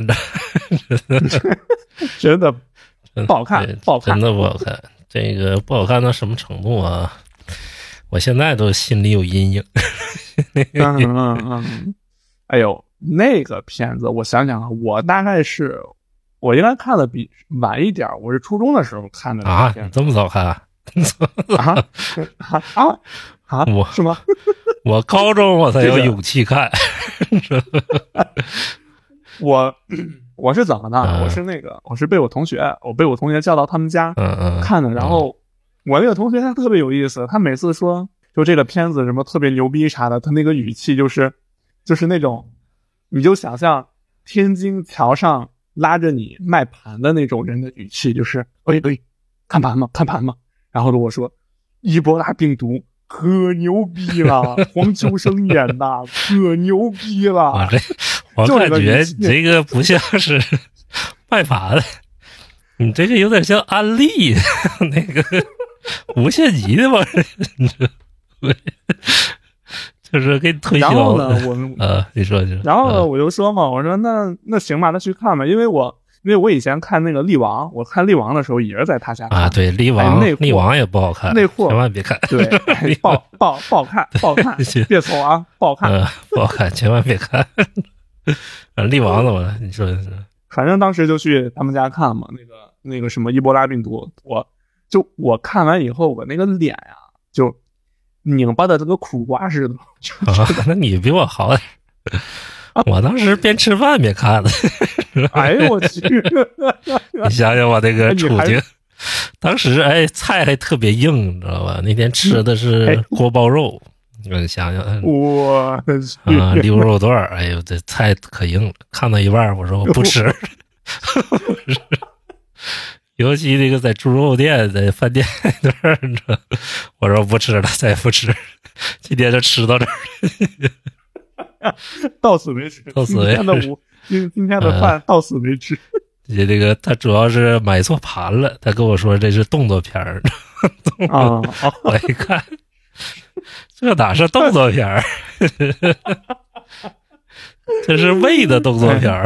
真的不好看，不好看， 真的不好看。这个不好看到什么程度啊？我现在都心里有阴影。 嗯嗯嗯，哎呦，那个片子我想想啊，我大概是我应该看的比晚一点，我是初中的时候看的啊，你这么早看？ 啊啊啊啊！ 我是吗？ 我高中我才有勇气看。 我我是怎么呢？ 嗯、 我是那个我是被我同学，我被我同学叫到他们家嗯嗯看的，然后我那个同学他特别有意思，他每次说就这个片子什么特别牛逼啥的，他那个语气就是就是那种，你就想象天津桥上拉着你卖盘的那种人的语气，就是哎哎，看盘吗？看盘吗？然后跟我说伊波拉病毒可牛逼了，黄秋生演的可牛逼了。 我这我感觉你这个不像是卖盘的，你这个有点像安利那个无限极的吧？就是给你推销。 然后呢，我们呃，你说你说。 然后呢，我就说嘛，我说那那行吧，那去看吧，因为我因为我以前看那个力王，我看力王的时候也是在他家看啊。对，力王、哎、力王也不好看， 那货千万别看。 对，不好不好不好看，不好看，别搜啊，不好看， 呃、不好看，千万别看。啊，力王怎么了？你说的是？ 反正当时就去他们家看嘛，那个那个什么伊波拉病毒，我就我看完以后，我那个脸呀、啊，就拧巴的这个苦瓜似的。 啊，那你比我好点。我当时边吃饭边看的。 哎呦我去！ 你想想我那个处境，当时哎菜还特别硬，你知道吧？那天吃的是锅包肉。你想想， 我啊，溜肉段，哎呦，这菜可硬了。看到一半，我说我不吃。尤其那个在猪肉店、在饭店那段，你知道，我说不吃了，再也不吃。今天就吃到这儿， 到此为止。 到此为止。 今天的午，今今天的饭到此为止。 这这个他主要是买错盘了，他跟我说这是动作片儿。 啊， 我一看。这哪是动作片儿？这是胃的动作片儿。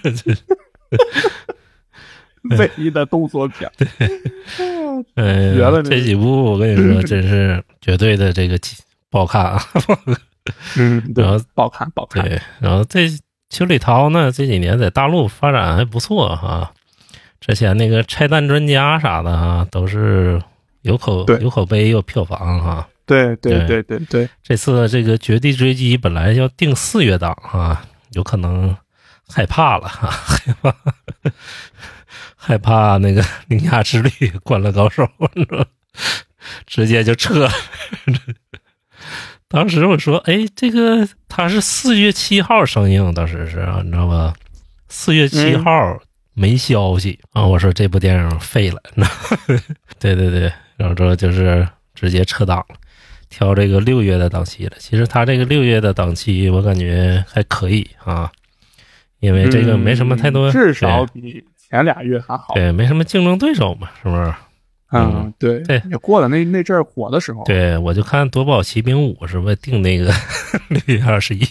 唯一的动作片。 对，嗯、呃，这几部我跟你说，真是绝对的这个不好看啊。 嗯，对， 然后不好看，不好看。 对，然后这邱礼涛呢这几年在大陆发展还不错哈，之前那个拆弹专家啥的哈都是有口有口碑有票房哈。 对对对对对， 这次这个绝地追击本来要定四月档啊，有可能害怕了哈，害怕害怕那个铃芽之旅灌篮高手，直接就撤了。当时我说，哎，这个他是四月七号上映，当时是啊，你知道吧？四月七号没消息、嗯、啊，我说这部电影废了，对对对，然后说就是直接撤档了，挑这个六月的档期了。其实他这个六月的档期，我感觉还可以啊，因为这个没什么太多， 嗯、至少比前俩月还好。 对，没什么竞争对手嘛，是不是？ 嗯，对对， 也过了那那阵儿火的时候。 对，我就看夺宝奇兵五是不是定那个六月二十一，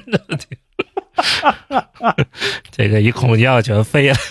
这个一空降全废了。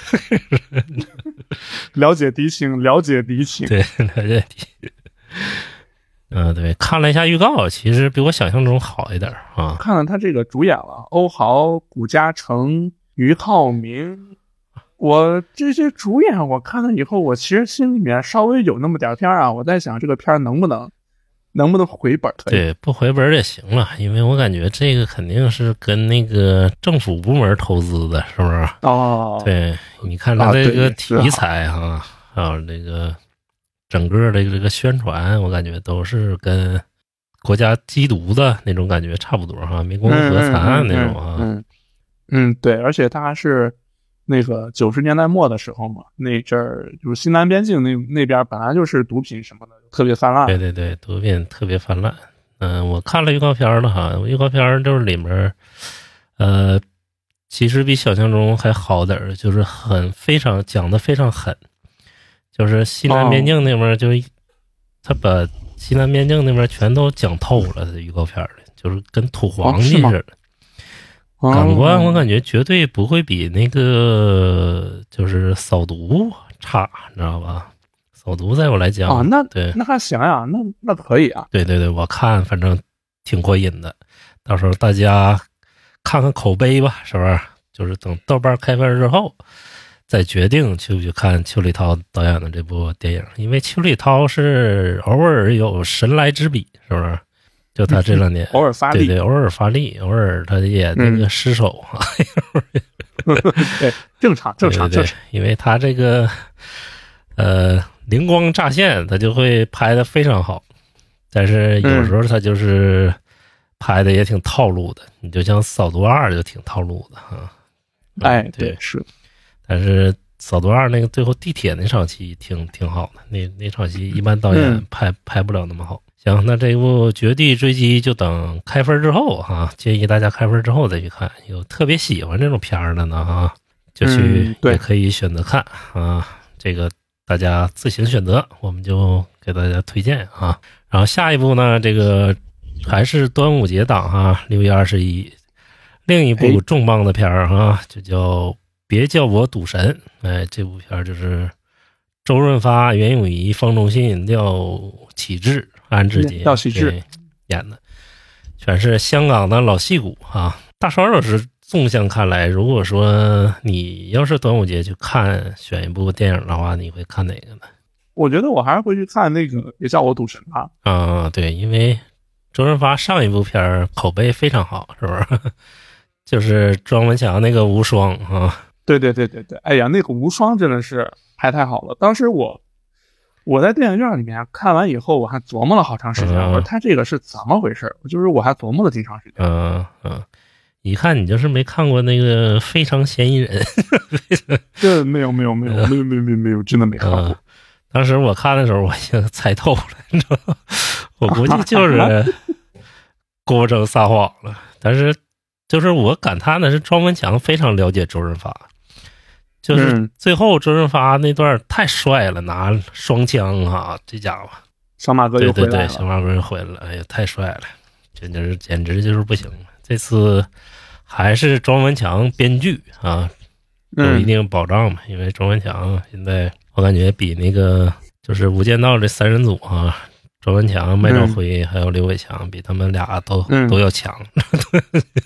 了解敌情，了解敌情。 对，了解敌情。嗯、呃，对，看了一下预告，其实比我想象中好一点啊。 看了他这个主演了，欧豪、古嘉诚、俞灏明。我这些主演我看了以后，我其实心里面稍微有那么点片啊，我在想这个片能不能能不能回本。 对，不回本也行了，因为我感觉这个肯定是跟那个政府部门投资的，是不是？ 哦， 对，你看他这个题材哈，还有这个整个的这个宣传，我感觉都是跟国家缉毒的那种感觉差不多哈，湄公河惨案那种啊。 嗯 嗯, 嗯, 嗯，对，而且他还是。那个九十年代末的时候嘛，那阵儿就是西南边境那那边本来就是毒品什么的特别泛滥。 对对对，毒品特别泛滥。嗯、呃，我看了预告片了哈，预告片就是里面，呃，其实比想象中还好点儿，就是很非常讲的非常狠，就是西南边境那边就、哦、他把西南边境那边全都讲透了，这预告片里就是跟土皇帝似的。哦感官我感觉绝对不会比那个就是扫毒差，你知道吧？扫毒在我来讲， 啊，那对， 那还行呀，那那可以啊。 对对对，我看反正挺过瘾的，到时候大家看看口碑吧，是不是？就是等豆瓣开分之后，再决定去不去看邱礼涛导演的这部电影，因为邱礼涛是偶尔有神来之笔，是不是？就他这两年偶尔发力， 对对，偶尔发力，偶尔他也那个失手啊。 嗯、对，正常正常对对对， 正常， 因为他这个呃灵光乍现，他就会拍的非常好，但是有时候他就是拍的也挺套路的。嗯、你就像《扫毒二》就挺套路的哈。 哎， 嗯、对， 对是。 但是《扫毒二》那个最后地铁那场戏挺挺好的，那那场戏一般导演拍、嗯、拍不了那么好。行，那这部《绝地追击》就等开分之后哈，建议大家开分之后再去看。有特别喜欢这种片儿的呢哈，就去也可以选择看、嗯、啊，这个大家自行选择，我们就给大家推荐啊。然后下一部呢，这个还是端午节档哈，六月二十一，另一部重磅的片儿哈，就叫《别叫我赌神》。哎，这部片儿就是周润发、袁咏仪、方中信、廖启智。安志杰廖启智演的，全是香港的老戏骨啊。大双老师纵向看来，如果说你要是端午节去看选一部电影的话，你会看哪个呢？ 我觉得我还是会去看那个《别叫我赌神》吧。 啊，对，因为周润发上一部片口碑非常好，是不是？就是庄文强那个无双啊。 对对对对对，哎呀，那个无双真的是拍太好了。当时我。我在电影院里面看完以后，我还琢磨了好长时间。嗯、我说他这个是怎么回事？就是我还琢磨了挺长时间。 嗯嗯，一看你就是没看过那个《非常嫌疑人》。 这没有没有没有没有没有没有没有，真的没看过、嗯。 当时我看的时候，我已经猜透了，你知道吗？我估计就是郭正撒谎了。但是，就是我感叹的是，庄文强非常了解周润发。就是最后周润发那段太帅了，拿双枪啊，这家伙小马哥又回来了。 对对对，小马哥又回来了，哎呀，太帅了，简直简直就是不行了。这次还是庄文强编剧啊，有一定保障嘛，嗯、因为庄文强现在我感觉比那个就是《无间道》这三人组啊，庄文强、麦兆辉还有刘伟强，比他们俩都、嗯、都要强。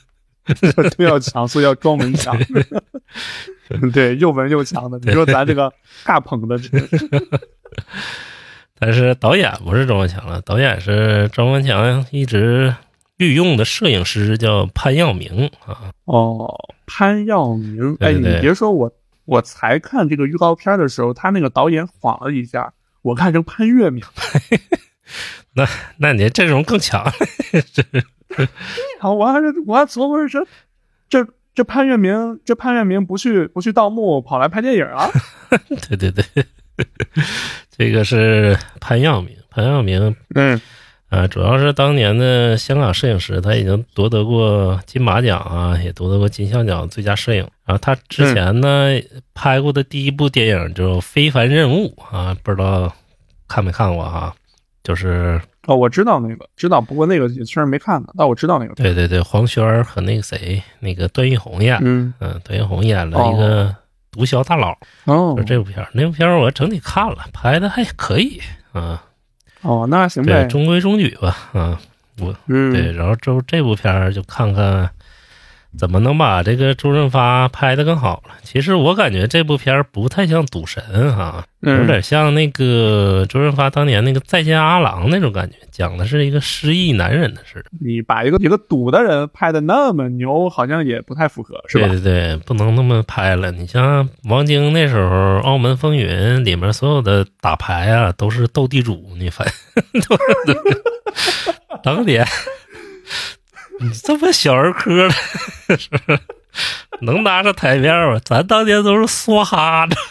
腿要强，所以要装文强。对，又文又强的。你说咱这个尬捧的， 但是导演不是庄文强了，导演是庄文强一直御用的摄影师，叫潘耀明啊。 哦，潘耀明，哎， 对对对你别说我，我才看这个预告片的时候，他那个导演晃了一下，我看成潘粤明。 那那你阵容更强。 好，我还是我还琢磨着这这这潘粤明，这潘粤明不去不去盗墓，跑来拍电影啊？ 对对对，这个是潘耀明，潘耀明， 嗯， 啊，主要是当年的香港摄影师，他已经夺得过金马奖啊，也夺得过金像奖最佳摄影。然后他之前呢、嗯、拍过的第一部电影就《非凡任务》啊，不知道看没看过啊？就是哦，我知道那个，知道，不过那个确实没看呢，但我知道那个。 对对对，黄轩和那个谁，那个段奕宏演，嗯嗯，段奕宏演了一个毒枭大佬。哦，就这部片儿，那部片儿我整体看了，拍的还可以啊。 哦，那行呗， 对，中规中矩吧，啊，我，嗯，对，然后这这部片儿就看看怎么能把这个周润发拍得更好了。其实我感觉这部片儿不太像赌神哈、啊，有点像那个周润发当年那个再见阿郎那种感觉，讲的是一个失忆男人的事。 你把一个一个赌的人拍的那么牛，好像也不太符合，是吧？ 对对对，不能那么拍了。你像王晶那时候《澳门风云》里面所有的打牌啊，都是斗地主，你发现都是当年。你这么小儿科的，是不是能拿上台面吗？咱当年都是梭哈的，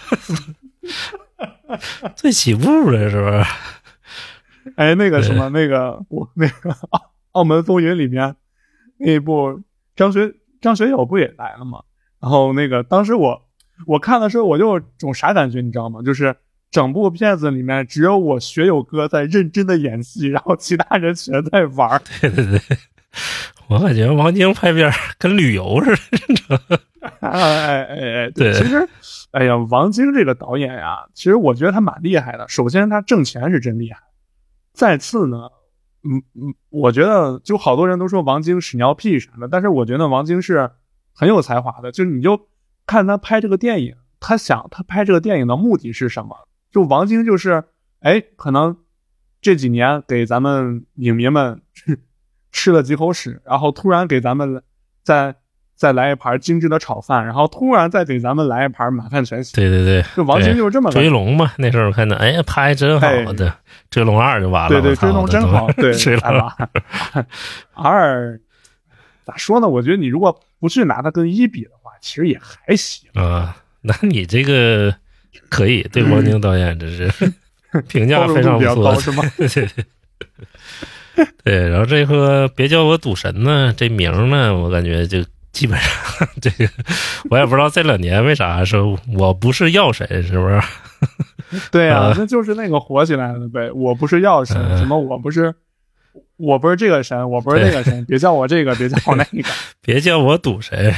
最起步了，是不是？ 哎，那个什么，那个我那个《澳门风云》里面那一部张学张学友不也来了吗？然后那个当时我我看的时候，我就有种啥感觉，你知道吗？就是整部片子里面只有我学友哥在认真的演戏，然后其他人全在玩。 对对对。我感觉王晶拍片跟旅游似的。 哎哎哎，对，其实，哎呀，王晶这个导演呀，其实我觉得他蛮厉害的。首先，他挣钱是真厉害。再次呢，嗯嗯，我觉得就好多人都说王晶屎尿屁啥的，但是我觉得王晶是很有才华的。就是你就看他拍这个电影，他想他拍这个电影的目的是什么？就王晶就是，哎，可能这几年给咱们影迷们吃了几口屎，然后突然给咱们再再来一盘精致的炒饭，然后突然再给咱们来一盘满汉全席。 对对对， 就王晶就是这么追龙嘛，那时候看到，哎，拍真好的，追龙二就完了。 对对，追龙真好，对， 追龙二咋说呢？我觉得你如果不去拿它跟一比的话，其实也还行啊。那你这个可以对王晶导演这是评价非常不错， 是吗？ 对对。对，然后这个别叫我赌神呢，这名呢，我感觉就基本上这个，我也不知道这两年为啥说我不是药神，是不是？ 对啊，那就是那个火起来了呗。我不是药神，什么我不是，我不是这个神，我不是那个神，别叫我这个，别叫我那个， 别叫我赌神。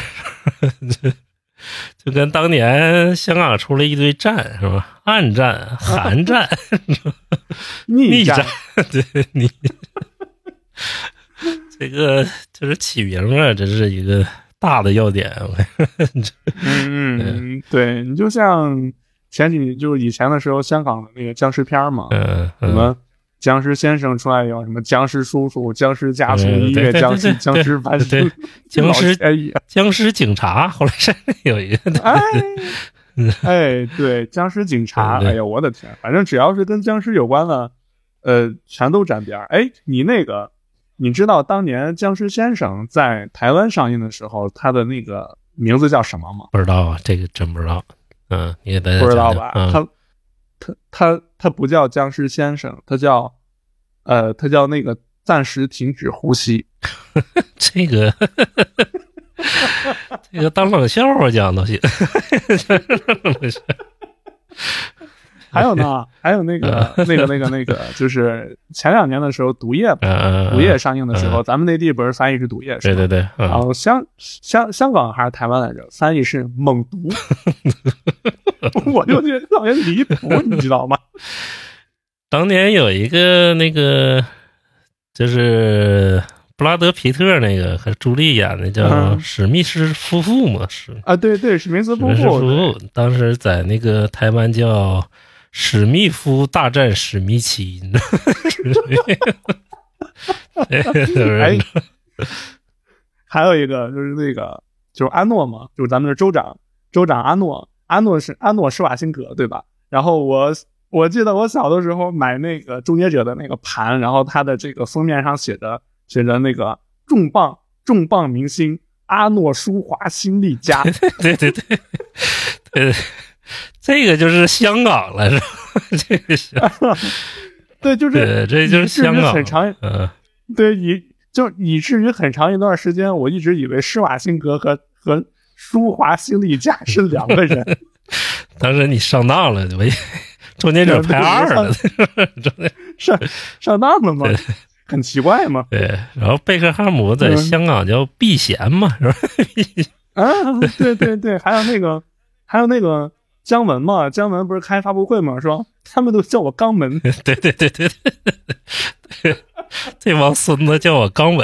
就跟当年香港出了一堆战，是吧？暗战、寒战、逆战，对你这个就是起名啊，这是一个大的要点。 嗯嗯，对，你就像前几就是以前的时候，香港的那个僵尸片嘛，嗯，什么僵尸先生出来有什么僵尸叔叔、僵尸家族、音乐僵尸、僵尸反对僵尸僵尸警察，后来是有一个， 哎哎，对，僵尸警察，哎呀，我的天，反正只要是跟僵尸有关的，呃，全都沾边。哎，你那个，你知道当年僵尸先生在台湾上映的时候，他的那个名字叫什么吗？ 不知道啊，这个真不知道。嗯，你也不知道吧？ 嗯、 他他他他不叫僵尸先生，他叫呃，他叫那个暂时停止呼吸。 这个这个当冷笑话讲都行。 还有呢，还有那个那个那个那个，就是前两年的时候，毒液吧，毒液上映的时候，咱们内地不是翻译是毒液， 对对对， 然后香香香港还是台湾来着，翻译是猛毒。我就觉得特别离谱，你知道吗？ 当年有一个那个就是布拉德皮特那个和朱莉演的叫嗯史密斯夫妇嘛，是啊，对对，史密斯夫史密斯夫妇， 妇，当时在那个台湾叫史密夫大战史密奇，你知道吗？ 哎，还有一个就是那个就是阿诺嘛，就是咱们的州长，州长阿诺，阿诺是阿诺施瓦辛格对吧？然后我我记得我小的时候买那个终结者的那个盘，然后它的这个封面上写着写着那个重磅重磅明星阿诺舒华辛利加， 对对对对，这个就是香港了，是吧？这个是， 对，就是对，这就是香港， 很长， 嗯， 对，以就以至于很长一段时间，我一直以为施瓦辛格和和舒华辛利加是两个人。 当时你上当了，我终结者拍二了， 上上当了吗？很奇怪嘛。 对，然后贝克汉姆在香港叫避嫌嘛，是吧？ 啊，对对对，还有那个还有那个姜文嘛，姜文不是开发布会嘛，说他们都叫我肛门。 对对对对对，这帮孙子叫我肛门。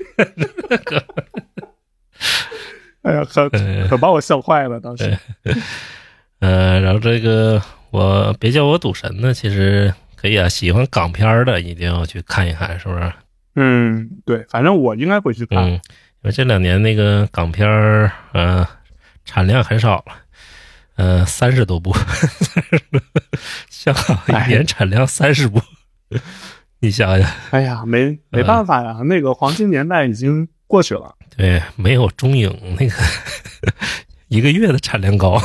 哎呀，可可把我笑坏了当时。 呃，然后这个我别叫我赌神呢，其实可以啊，喜欢港片的一定要去看一看，是不是？ 嗯，对，反正我应该会去看。 嗯，因为这两年那个港片儿，呃，产量很少了，呃，三十多部，香港一年产量三十部，哎、你想想。 哎呀，没没办法呀、嗯，那个黄金年代已经过去了。 对，没有中影那个一个月的产量高。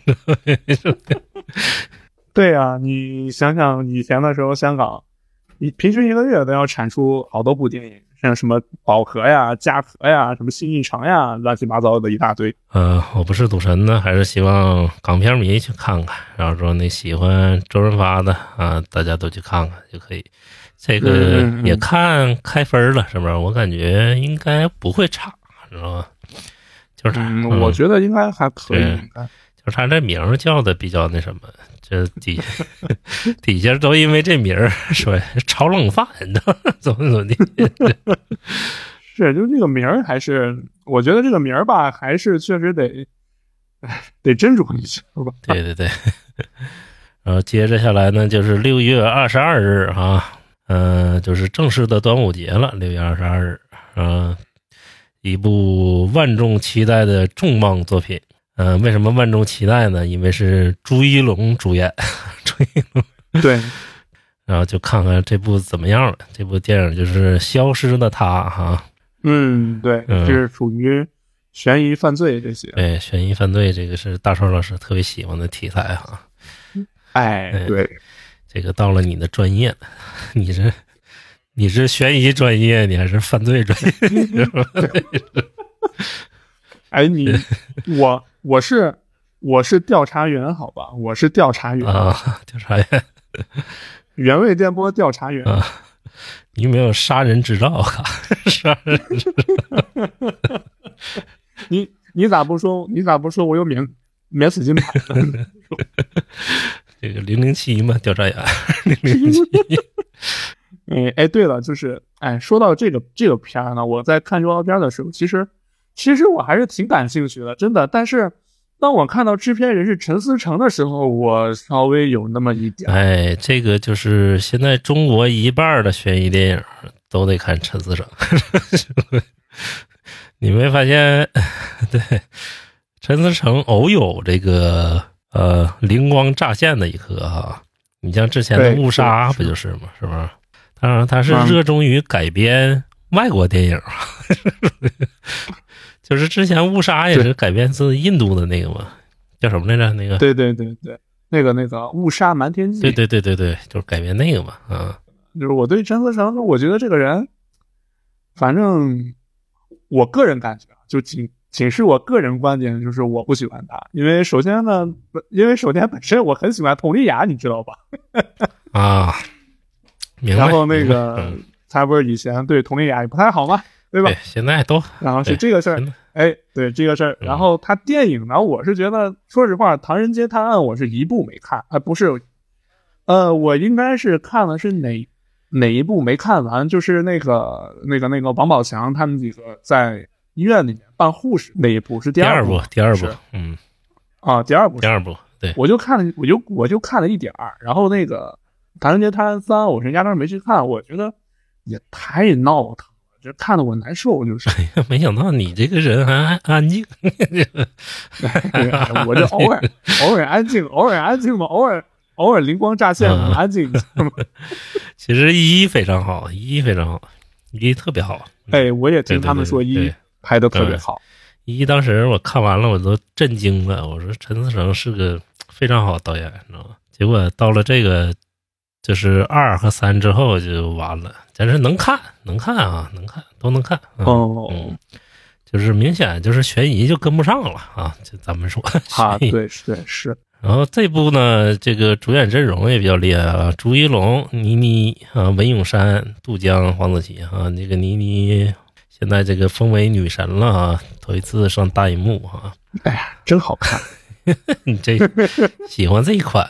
对呀、啊，你想想以前的时候，香港你平均一个月都要产出好多部电影，像什么宝盒呀、嘉禾呀、什么新艺城呀，乱七八糟的一大堆。 呃，我不是赌神呢，还是希望港片迷去看看，然后说那喜欢周润发的啊，大家都去看看就可以。这个也看开分了，是不是？我感觉应该不会差，知道吗？就是他、 嗯嗯，我觉得应该还可以。 就是他这名叫的比较那什么，这底底下都因为这名说炒冷饭，怎么怎么的。 是，就这个名儿还是，我觉得这个名儿吧，还是确实得，得斟酌一下，是吧？ 对对对。然后接着下来呢，就是六月二十二日啊。嗯、呃，就是正式的端午节了，六月二十二日，嗯、呃，一部万众期待的重磅作品。嗯、呃，为什么万众期待呢？因为是朱一龙主演，朱一龙对， 然后就看看这部怎么样了。这部电影就是《消失的她》哈。 嗯，对， 嗯、 是属于悬疑犯罪这些。 对，悬疑犯罪这个是大寿老师特别喜欢的题材哈。 哎，对。 这个到了你的专业，你是你是悬疑专业，你还是犯罪专业？ 哎，你我我是我是调查员，好吧，我是调查员啊，调查员， 原味电波调查员啊。你有没有杀人执照啊？杀人执照？ 你你咋不说？你咋不说我有免免死金牌呢？ 这个零零七嘛，调查员零零七。 哎哎，对了，就是哎，说到这个这个片儿呢，我在看预告片的时候，其实其实我还是挺感兴趣的，真的。但是当我看到制片人是陈思诚的时候，我稍微有那么一点。 哎，这个就是现在中国一半的悬疑电影都得看陈思诚。你没发现？对，陈思诚偶有这个。呃，灵光乍现的一刻哈，你像之前的误杀不就是吗？是不是？当然，他是热衷于改编外国电影，嗯、就是之前误杀也是改编自印度的那个嘛，叫什么来着？那个对对对对，那个那个误杀瞒天记， 对对对对对，就是改编那个嘛，啊， 就是我对陈思诚，我觉得这个人，反正我个人感觉就仅。仅是我个人观点，就是我不喜欢他，因为首先呢，因为首先本身我很喜欢佟丽娅，你知道吧？ 啊，明白。 然后那个、嗯、他不是以前对佟丽娅也不太好嘛，对吧？ 对，现在都。 然后是这个事儿，哎，对这个事儿。然后他电影呢，我是觉得，说实话，《唐人街探案》我是一部没看，啊、呃，不是，呃，我应该是看了是哪哪一部没看完，就是那个那个那个王宝强他们几个在医院里面扮护士那一部是第二部，第二部，嗯， 啊，第二部， 第二部，对， 我就看了，我就我就看了一点儿，然后那个《唐人街探案三》，我是压根儿没去看，我觉得也太闹腾了，这看得我难受，就是。 没想到你这个人还安静， 我这偶尔偶尔安静，偶尔安静嘛，偶尔偶尔灵光乍现，很安静。 嗯、其实一非常好，一非常好，一特别好。 哎，我也听他们说一拍的特别好。 一当时我看完了，我都震惊了，我说陈思诚是个非常好的导演，你知道吗？结果到了这个就是二和三之后就完了。但是能看，能看啊，能看，都能看。嗯、 哦、 嗯，就是明显就是悬疑就跟不上了啊，就咱们说啊，对对是。 然后这部呢，这个主演阵容也比较厉害啊，朱一龙、倪妮啊、文咏珊、杜江、黄子琪啊，这个倪妮现在这个封为女神了啊，头一次上大荧幕啊。 哎呀，真好看！ 你这喜欢这一款，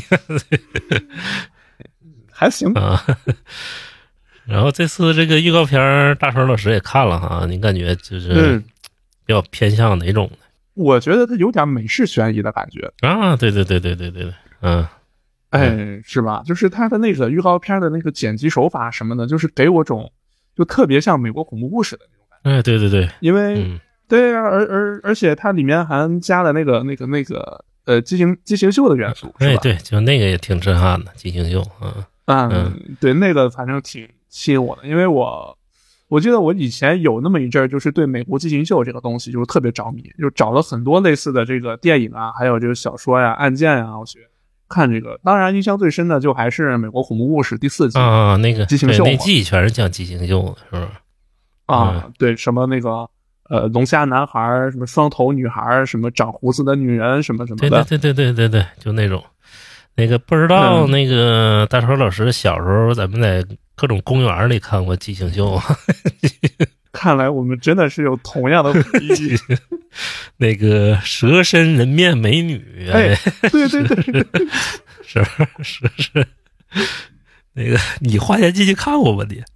还行啊。然后这次这个预告片大川老师也看了哈，你感觉就是比较偏向哪种呢？ 我觉得它有点美式悬疑的感觉啊，对对对对对对对，嗯， 哎，是吧？就是它的那个预告片的那个剪辑手法什么的，就是给我种就特别像美国恐怖故事的那种感觉。 哎，对对对， 因为、 嗯、 对啊，而而而且它里面还加了那个那个那个呃畸形畸形秀的元素， 哎，对，就那个也挺震撼的，畸形秀，嗯嗯， 嗯对，那个反正挺吸引我的，因为我我记得我以前有那么一阵儿，就是对美国畸形秀这个东西就是特别着迷，就找了很多类似的这个电影啊，还有这个小说呀、案件呀，我去看这个。当然，印象最深的就还是美国恐怖故事第四季啊，那个畸形秀， 那季全是讲畸形秀的，是吧？ 啊， 嗯、 对，什么那个呃龙虾男孩，什么双头女孩，什么长胡子的女人，什么什么的， 对对对对对对，就那种。那个不知道那个大川老师小时候咱们在各种公园里看过畸形秀， 看来我们真的是有同样的回忆。 那个蛇身人面美女， 哎，对对对， 是是是，那个你花钱进去看过吗？你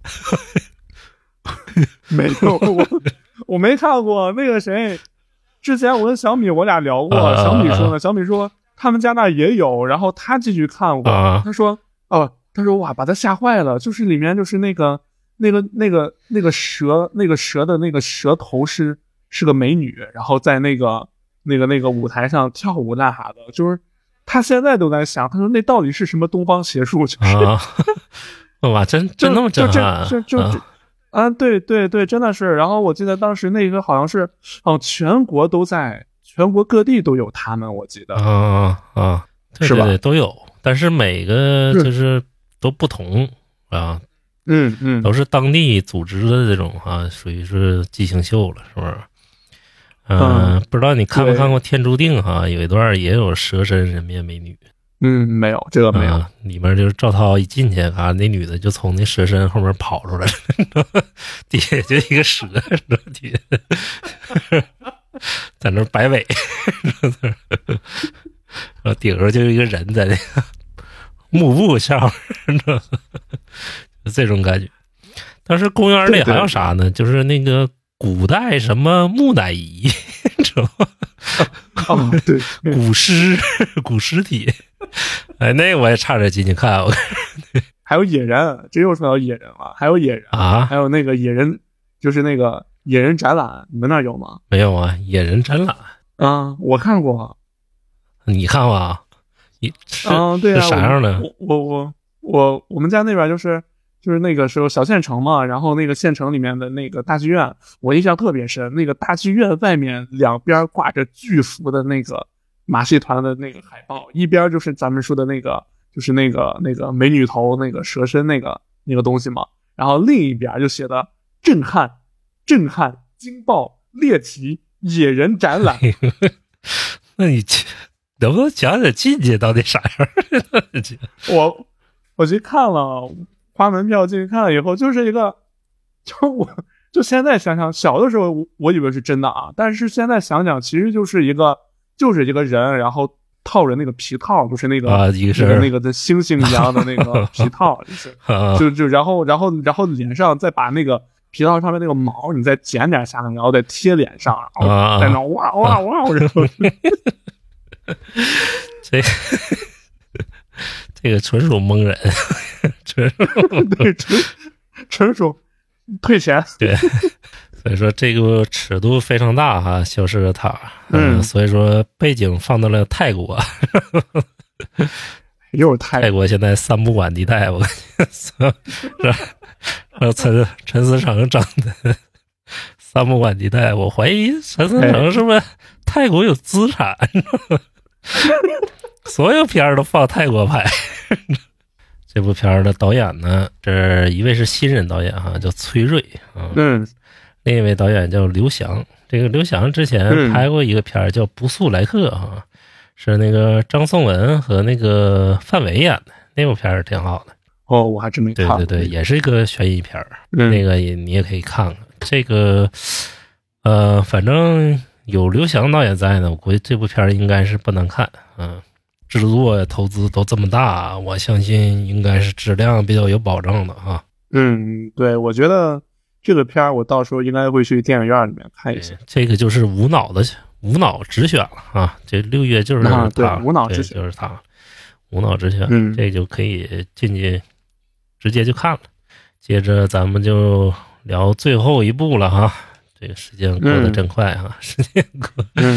没有，我我没看过。那个谁，之前我跟小米我俩聊过， 啊、 小米说呢，小米说。他们家那也有，然后他进去看过， 啊、 他说，哦，他说哇，把他吓坏了，就是里面就是那个那个那个那个蛇，那个蛇的那个蛇头是是个美女，然后在那个那个那个舞台上跳舞那啥的，就是他现在都在想，他说那到底是什么东方邪术？就是啊，哇，真真那么震撼， 就就就就啊，对对对，真的是。然后我记得当时那个好像是，哦，全国都在。全国各地都有他们，我记得啊啊，对对对，都有，但是每个就是都不同啊， 嗯嗯， 都是当地组织的这种啊，属于是畸形秀了，是不是？嗯，不知道你看没看过《天注定》哈？有一段也有蛇身人面美女。 嗯，没有，这个没有。 啊、里面就是赵涛一进去啊，那女的就从那蛇身后面跑出来了，底下就一个蛇，底下。在那摆尾，然后顶上就有一个人在那个幕布上面，就这种感觉。但是公园里还有啥呢？就是那个古代什么木乃伊，知道吗？ 哦，对， 古尸、古尸体。哎，那我也差点进去看。我还有野人，这又说到野人了。还有野人啊， 还有那个野人，就是那个。野人展览，你们那有吗？ 没有啊，野人展览啊，我看过。 你看过啊？你啊，对啊， 是啥样的？ 我我我我我们家那边就是就是那个时候小县城嘛，然后那个县城里面的那个大剧院，我印象特别深。那个大剧院外面两边挂着巨幅的那个马戏团的那个海报，一边就是咱们说的那个就是那个那个美女头那个蛇身那个那个东西嘛，然后另一边就写的震撼。震撼、惊爆、猎奇、野人展览。 那你能不能讲讲进去到底啥样？ 我我去看了，花门票进去看了以后，就是一个，就我就现在想想，小的时候我以为是真的啊，但是现在想想，其实就是一个就是一个人，然后套着那个皮套，不是那个啊，一个是那个的星星一样的那个皮套，就是啊就就然后然后然后脸上再把那个皮套上面那个毛你再剪点下来，然后再贴脸上，然后在那哇哇哇，然后这这个纯属蒙人，纯属对纯纯属退钱。 对。所以说这个尺度非常大哈，消失的他， 嗯， 所以说背景放到了泰国， 又是泰泰国现在三不管地带，我感觉是让陈陈思诚整的三不管地带，我怀疑陈思诚是不是泰国有资产，所有片儿都放泰国拍。这部片儿的导演呢，这一位是新人导演哈，叫崔瑞啊。 嗯。 另一位导演叫刘翔，这个刘翔之前拍过一个片儿叫《不速来客》哈，是那个张颂文和那个范伟演的，那部片儿挺好的。 哦，我还真没看。 对对对，也是一个悬疑片儿， 嗯、 那个也你也可以看看。这个呃，反正有刘翔导演在呢，我估计这部片儿应该是不难看。嗯，制作投资都这么大，我相信应该是质量比较有保障的哈。 嗯，对，我觉得。这个片儿我到时候应该会去电影院里面看一下。 这个就是无脑的无脑直选了啊！这六月就是他， 啊、对，无脑直选就是他，无脑直选， 嗯， 这就可以进去直接就看了。接着咱们就聊最后一部了哈，这个时间过得真快哈，嗯、时间过， 嗯，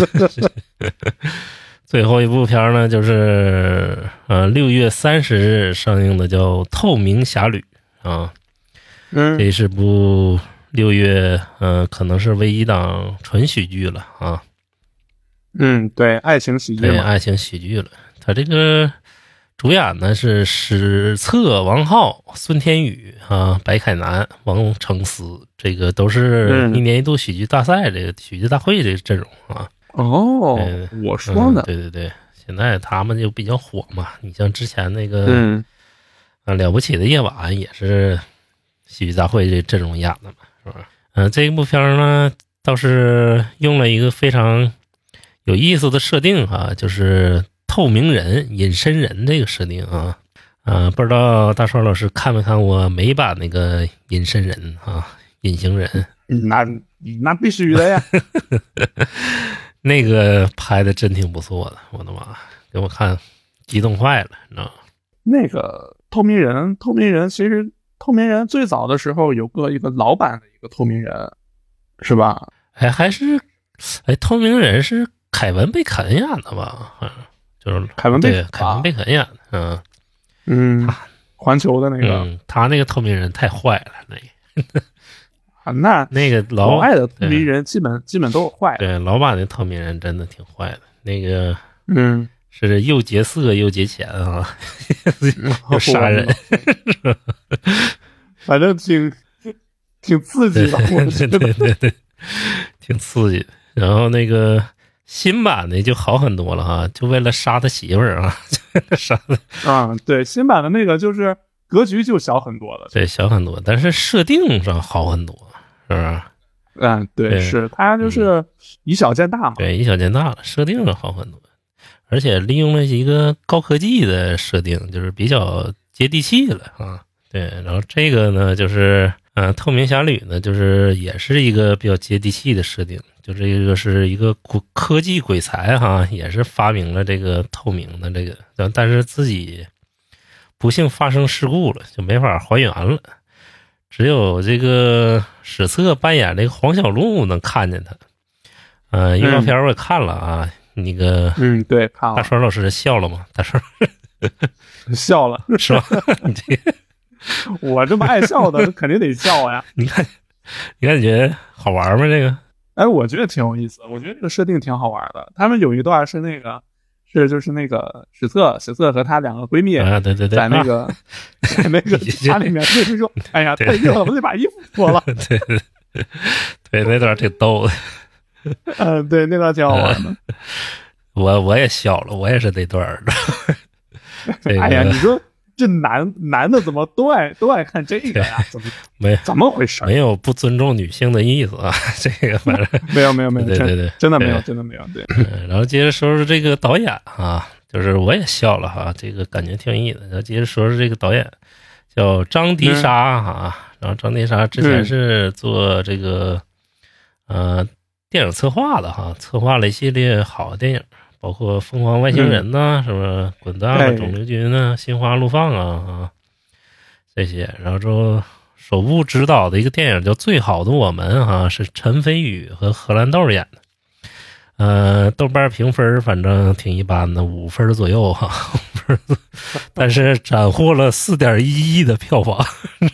最后一部片呢就是呃六月三十日上映的叫《透明侠侣》啊。 嗯， 这是部六月，呃，可能是唯一档纯喜剧了啊。 嗯，对，爱情喜剧对，爱情喜剧了。他这个主演呢是史策、王浩、孙天宇啊、白凯南、王成思，这个都是一年一度喜剧大赛这个喜剧大会这个阵容啊。 哦，我说呢、 嗯，对对对，现在他们就比较火嘛。你像之前那个， 嗯， 啊，了不起的夜晚也是。喜剧大会这阵容演的嘛，是吧？嗯、呃，这一部片呢，倒是用了一个非常有意思的设定啊，就是透明人、隐身人这个设定啊。啊、呃，不知道大双老师看没看过美版那个隐身人啊，隐形人？ 那那必须的呀， 那个拍的真挺不错的，我的妈，给我看激动坏了，你知道吗？ 那个透明人，透明人其实。透明人最早的时候有个一个老版的一个透明人，是吧？ 哎，还是哎，透明人是凯文贝肯演的吧？嗯，就是凯文贝肯、 啊，凯文贝肯演的，嗯嗯，环球的那个， 嗯，他那个透明人太坏了，那个啊，那那个老外的透明人基本基本都是坏的， 对，老版的透明人真的挺坏的，那个嗯。 是又劫色又劫钱啊，又杀人， 反正挺挺刺激的，我觉得对对对，挺刺激的。然后那个新版的就好很多了哈，就为了杀他媳妇儿啊，杀他啊，对，新版的那个就是格局就小很多了， 对，小很多，但是设定上好很多，是吧？ 嗯，对，对是他就是以小见大嘛， 对，以小见大了，设定上好很多。而且利用了一个高科技的设定，就是比较接地气了啊。对，然后这个呢，就是呃，透明侠侣呢，就是也是一个比较接地气的设定，就这个是一个科技鬼才哈，也是发明了这个透明的这个，但是自己不幸发生事故了，就没法还原了，只有这个史策扮演这个黄小璐能看见他。呃，预告片我也看了啊。嗯那个， 嗯，对，看了。 大双老师笑了吗？大双笑了， 是吧？你这个， 我这么爱笑的，肯定得笑呀。 你看，你看，你觉得好玩吗？这个？ 哎，我觉得挺有意思。我觉得这个设定挺好玩的。他们有一段是那个，是就是那个史策，史策和她两个闺蜜啊，对对对， 在那个、啊、在那个家里面，就是说，哎呀，太热了，我得把衣服脱了。 对对对，那段挺逗的。 嗯，对，那段挺好玩的。 呃、我我也笑了，我也是那段的。这个、 哎呀，你说这男男的怎么都爱都爱看这个呀？怎么没怎么回事？ 没有不尊重女性的意思啊，这个反正没有没有没有， 对对对， 真的没有真的没有。对， 嗯，然后接着说说这个导演啊，就是我也笑了哈，这个感觉挺有意思。然后接着说说这个导演叫张迪沙啊，嗯、然后张迪沙之前是做这个、嗯、呃电影策划的哈，策划了一系列好的电影。包括疯狂外星人呐、啊，什么滚蛋吧肿瘤君啊，心花怒放啊啊这些，然后之后首部执导的一个电影叫《最好的我们》啊，是陈飞宇和荷兰豆演的。呃，豆瓣评分反正挺一般的，五分左右哈、啊，但是斩获了四点一亿的票房。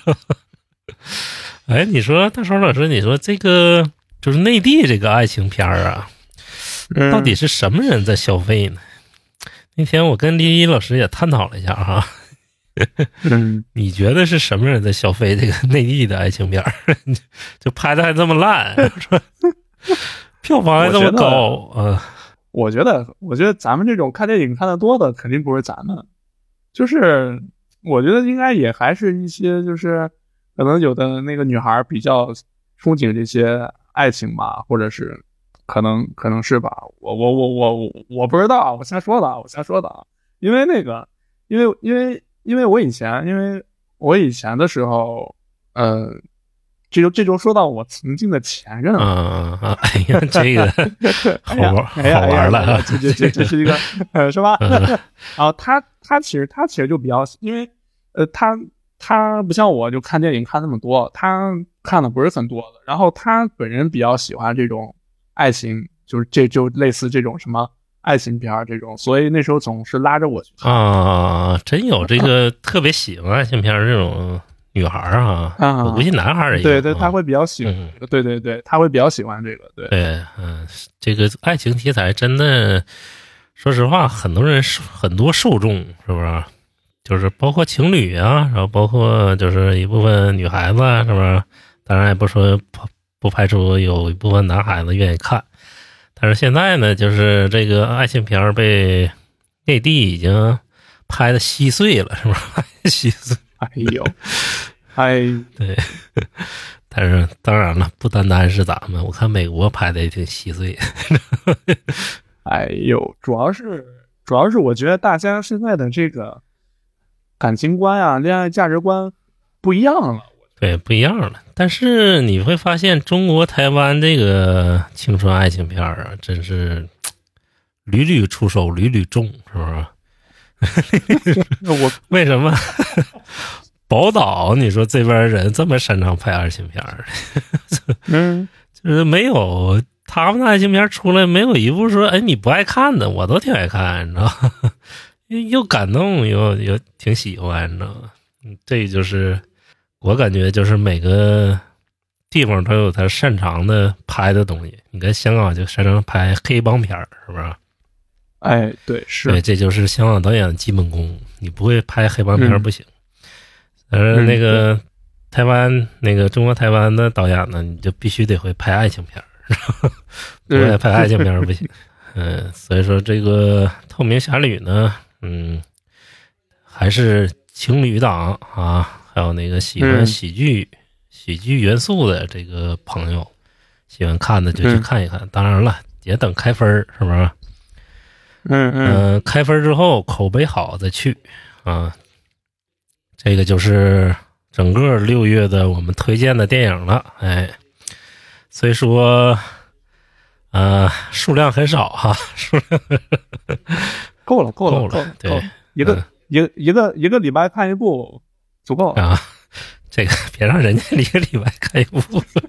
哎，你说大双老师，你说这个就是内地这个爱情片啊？到底是什么人在消费呢？嗯、那天我跟李一老师也探讨了一下哈， 嗯， 你觉得是什么人在消费这个内地的爱情片？就拍的还这么烂，说票房还这么高啊？ 我觉得，我觉得咱们这种看电影看得多的，肯定不是咱们，就是我觉得应该也还是一些，就是可能有的那个女孩比较憧憬这些爱情吧，或者是。可能可能是吧，我我我我我不知道，我瞎说的，我瞎说的啊。因为那个，因为因为因为我以前，因为我以前的时候，呃，这就这就说到我曾经的前任啊啊！哎呀，这个好玩好玩了， 这这这这是一个呃是吧？然后他他其实他其实就比较，因为呃他他不像我就看电影看那么多，他看的不是很多的。然后他本人比较喜欢这种。爱情就是这就类似这种什么爱情片这种，所以那时候总是拉着我去看啊，真有这个特别喜欢爱情片这种女孩啊， 啊我估计男孩也有， 对对，他会比较喜欢、 嗯， 对对对，他会比较喜欢这个，对对，嗯，这个爱情题材真的，说实话，很多人很多受众是不是？就是包括情侣啊，然后包括就是一部分女孩子啊，是不是？当然也不说。不排除有一部分男孩子愿意看，但是现在呢，就是这个爱情片被内地已经拍的稀碎了，是不是？稀碎， 哎呦，哎， 对，但是当然了，不单单是咱们，我看美国拍的也挺稀碎。 哎呦，主要是主要是我觉得大家现在的这个感情观啊、恋爱价值观不一样了。 对，不一样了。但是你会发现，中国台湾这个青春爱情片啊，真是屡屡出手，屡屡中，是不是？ 我为什么？宝岛，你说这边人这么擅长拍爱情片儿， 嗯， 就是没有他们的爱情片出来，没有一部说，哎，你不爱看的，我都挺爱看，你知道吗？又感动，又又挺喜欢，你知道吗？这就是我感觉，就是每个地方都有他擅长的拍的东西。你看香港就擅长拍黑帮片儿，是不是？ 哎，对，是， 对，这就是香港导演的基本功。你不会拍黑帮片儿不行。但是那个、嗯、台湾那个中国台湾的导演呢，你就必须得会拍爱情片儿，不会拍爱情片儿不行。嗯，所以说这个透明侠侣呢，嗯，还是情侣档啊，还有那个喜欢喜剧、嗯、喜剧元素的这个朋友，喜欢看的就去看一看。嗯、当然了，也等开分是不是？ 嗯嗯、 呃，开分之后口碑好再去啊。这个就是整个六月的我们推荐的电影了，哎，虽说呃数量很少哈，数量够了够了够了，对， 一个、嗯、一个一个一个礼拜看一部足够了啊。这个别让人家一个礼拜看一部，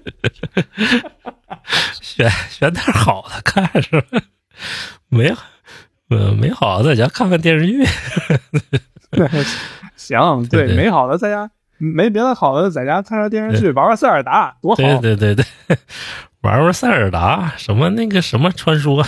选选点好的看是吧？没呃没好的在家看看电视剧。 行，对，对对没好的在家，没别的好的，在家看看电视剧，玩玩塞尔达，多好！ 对对对对，玩玩塞尔达，什么那个什么传说，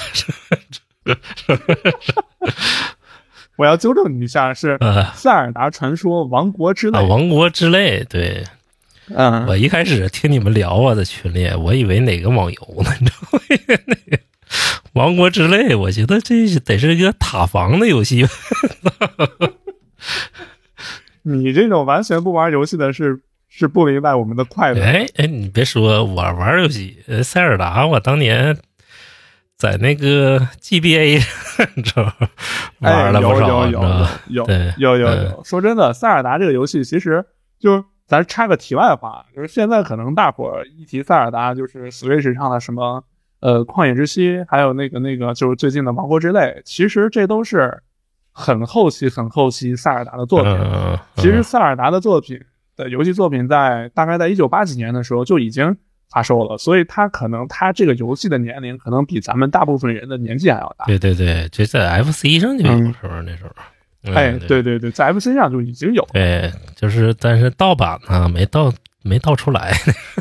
我要纠正你一下，是塞尔达传说王国之泪， 啊、王国之泪，对， 嗯， 我一开始听你们聊啊，在群里，我以为哪个网游呢？你知道吗？那个王国之泪，我觉得这得是一个塔防的游戏。 你这种完全不玩游戏的是是不明白我们的快乐。 哎哎，你别说，我玩游戏，呃塞尔达，我当年在那个 G B A 上玩了不少， 哎、有有有有有有有、嗯。说真的，塞尔达这个游戏其实就咱插个题外话，就是现在可能大伙儿一提塞尔达，就是 Switch 上的什么呃旷野之息，还有那个那个就是最近的王国之泪，其实这都是很后期很后期塞尔达的作品。 嗯、 其实塞尔达的作品的游戏作品在大概在一九八几年的时候就已经发售了，所以它可能它这个游戏的年龄可能比咱们大部分人的年纪还要大。 对对对，这在 F C 上就有，是不是那时候？嗯、 哎，对对对，在 F C 上就已经有。 对，就是但是盗版呢没盗没盗出来，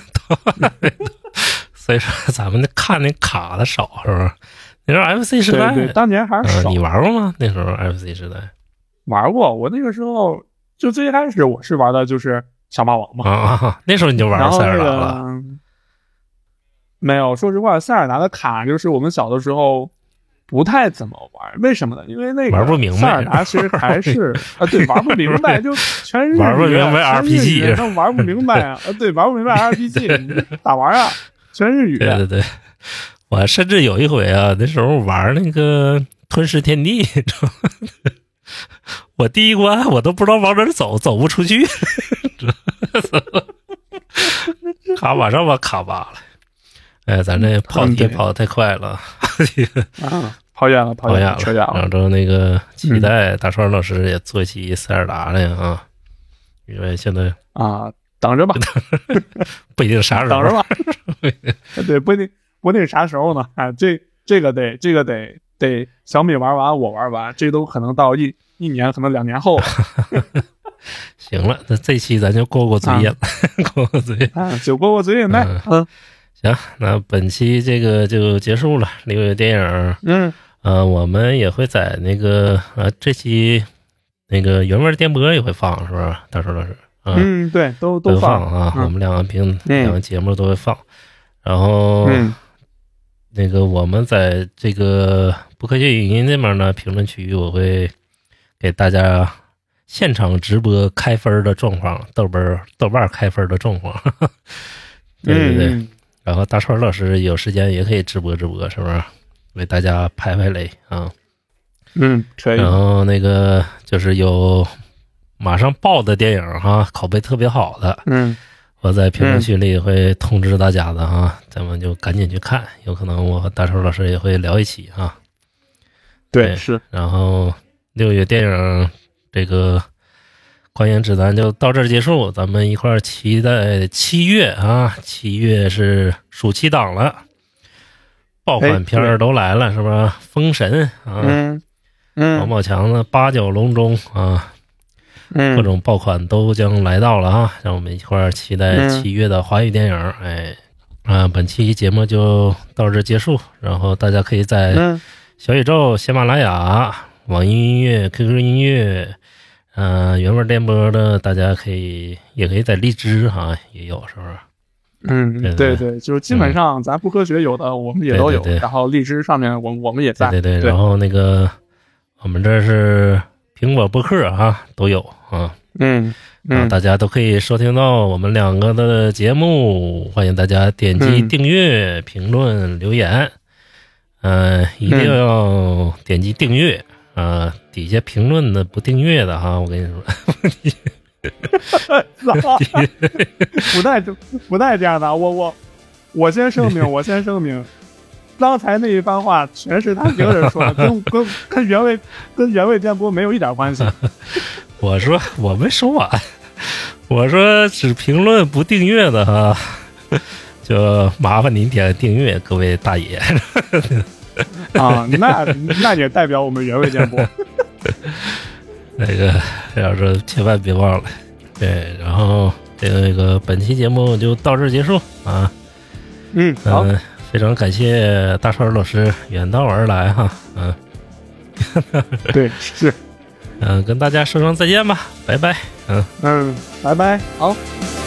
所以说咱们看那卡的少，是不是？那时候 F C 时代， 对对，当年还是少、 嗯。你玩过吗？那时候 F C 时代玩过，我那个时候就最开始我是玩的就是小霸王嘛。 啊，那时候你就玩塞尔达了？ 那个、没有，说实话，塞尔达的卡就是我们小的时候不太怎么玩，为什么呢？因为那个玩不明白， 塞尔达其实还是啊，对，玩不明白，就全是玩不明白 R P G， 那玩不明白啊，对，玩不明白 R P G， 你咋玩啊？全日语。 对对对，我甚至有一回啊，那时候玩那个吞噬天地，我第一关我都不知道往哪儿走，走不出去，卡马上把卡扒了。哎，咱这跑题跑得太快了， 啊，跑远了， 跑远了， 扯远了。 然后那个期待大川老师也做一期塞尔达了呀啊，因为现在啊，等着吧， 不一定啥时候， 等着吧，对，不一定不一定啥时候呢？啊，这这个得这个得得小米玩完，我玩完，这都可能到一一年，可能两年后了。 行了，那这期咱就过过嘴瘾了，啊、过过嘴瘾啊，就过过嘴瘾呗。嗯， 行，那本期这个就结束了。六月电影， 嗯， 呃，我们也会在那个呃这期那个原味电波也会放，是不是？大叔老师，啊、 嗯，对，都都放啊， 嗯、 我们两个评、 嗯、 两个节目都会放。然后， 嗯， 那个我们在这个不科学语音这边呢，评论区我会给大家现场直播开分的状况，豆瓣豆瓣开分的状况。对对对。 嗯然后大川老师有时间也可以直播直播，是不是？为大家拍拍雷啊。 嗯，可以。 然后那个就是有马上爆的电影哈，口碑特别好的， 嗯， 我在评论区里会通知大家的哈，嗯、咱们就赶紧去看。有可能我和大川老师也会聊一起哈。 对， 对是。 然后六月电影这个观影指南就到这儿结束，咱们一块儿期待七月啊，七月是暑期档了，爆款片儿都来了，是吧？封神啊， 嗯嗯， 王宝强的八角笼中啊， 嗯， 各种爆款都将来到了啊，让我们一块儿期待七月的华语电影。哎，啊，本期节目就到这儿结束，然后大家可以在小宇宙、喜马拉雅、网易音乐、Q Q 音乐。呃，原味电波的，大家可以也可以在荔枝哈也有，是不是？ 嗯，对 对, 对，就是基本上咱不科学有的、嗯、我们也都有， 对对对， 然后荔枝上面我我们也在， 对对对, 对， 然后那个我们这是苹果播客啊都有啊， 嗯嗯， 啊，大家都可以收听到我们两个的节目，欢迎大家点击订阅、嗯、评论、留言，嗯、呃，一定要点击订阅。嗯啊，底下评论的不订阅的哈，我跟你说， 不带不带这样的，我我我先声明，我先声明，刚才那一番话全是他一个人说的，跟跟跟原味跟原味电波没有一点关系。 我说我没说完，我说只评论不订阅的哈，就麻烦您点订阅，各位大爷。 啊，那那也代表我们原味电波。 那个要是千万别忘了，对，然后这个本期节目就到这儿结束啊。 嗯，好， 嗯，非常感谢大川老师远道而来哈，嗯， 对，是， 嗯，跟大家说声再见吧，拜拜，嗯嗯，拜拜，好。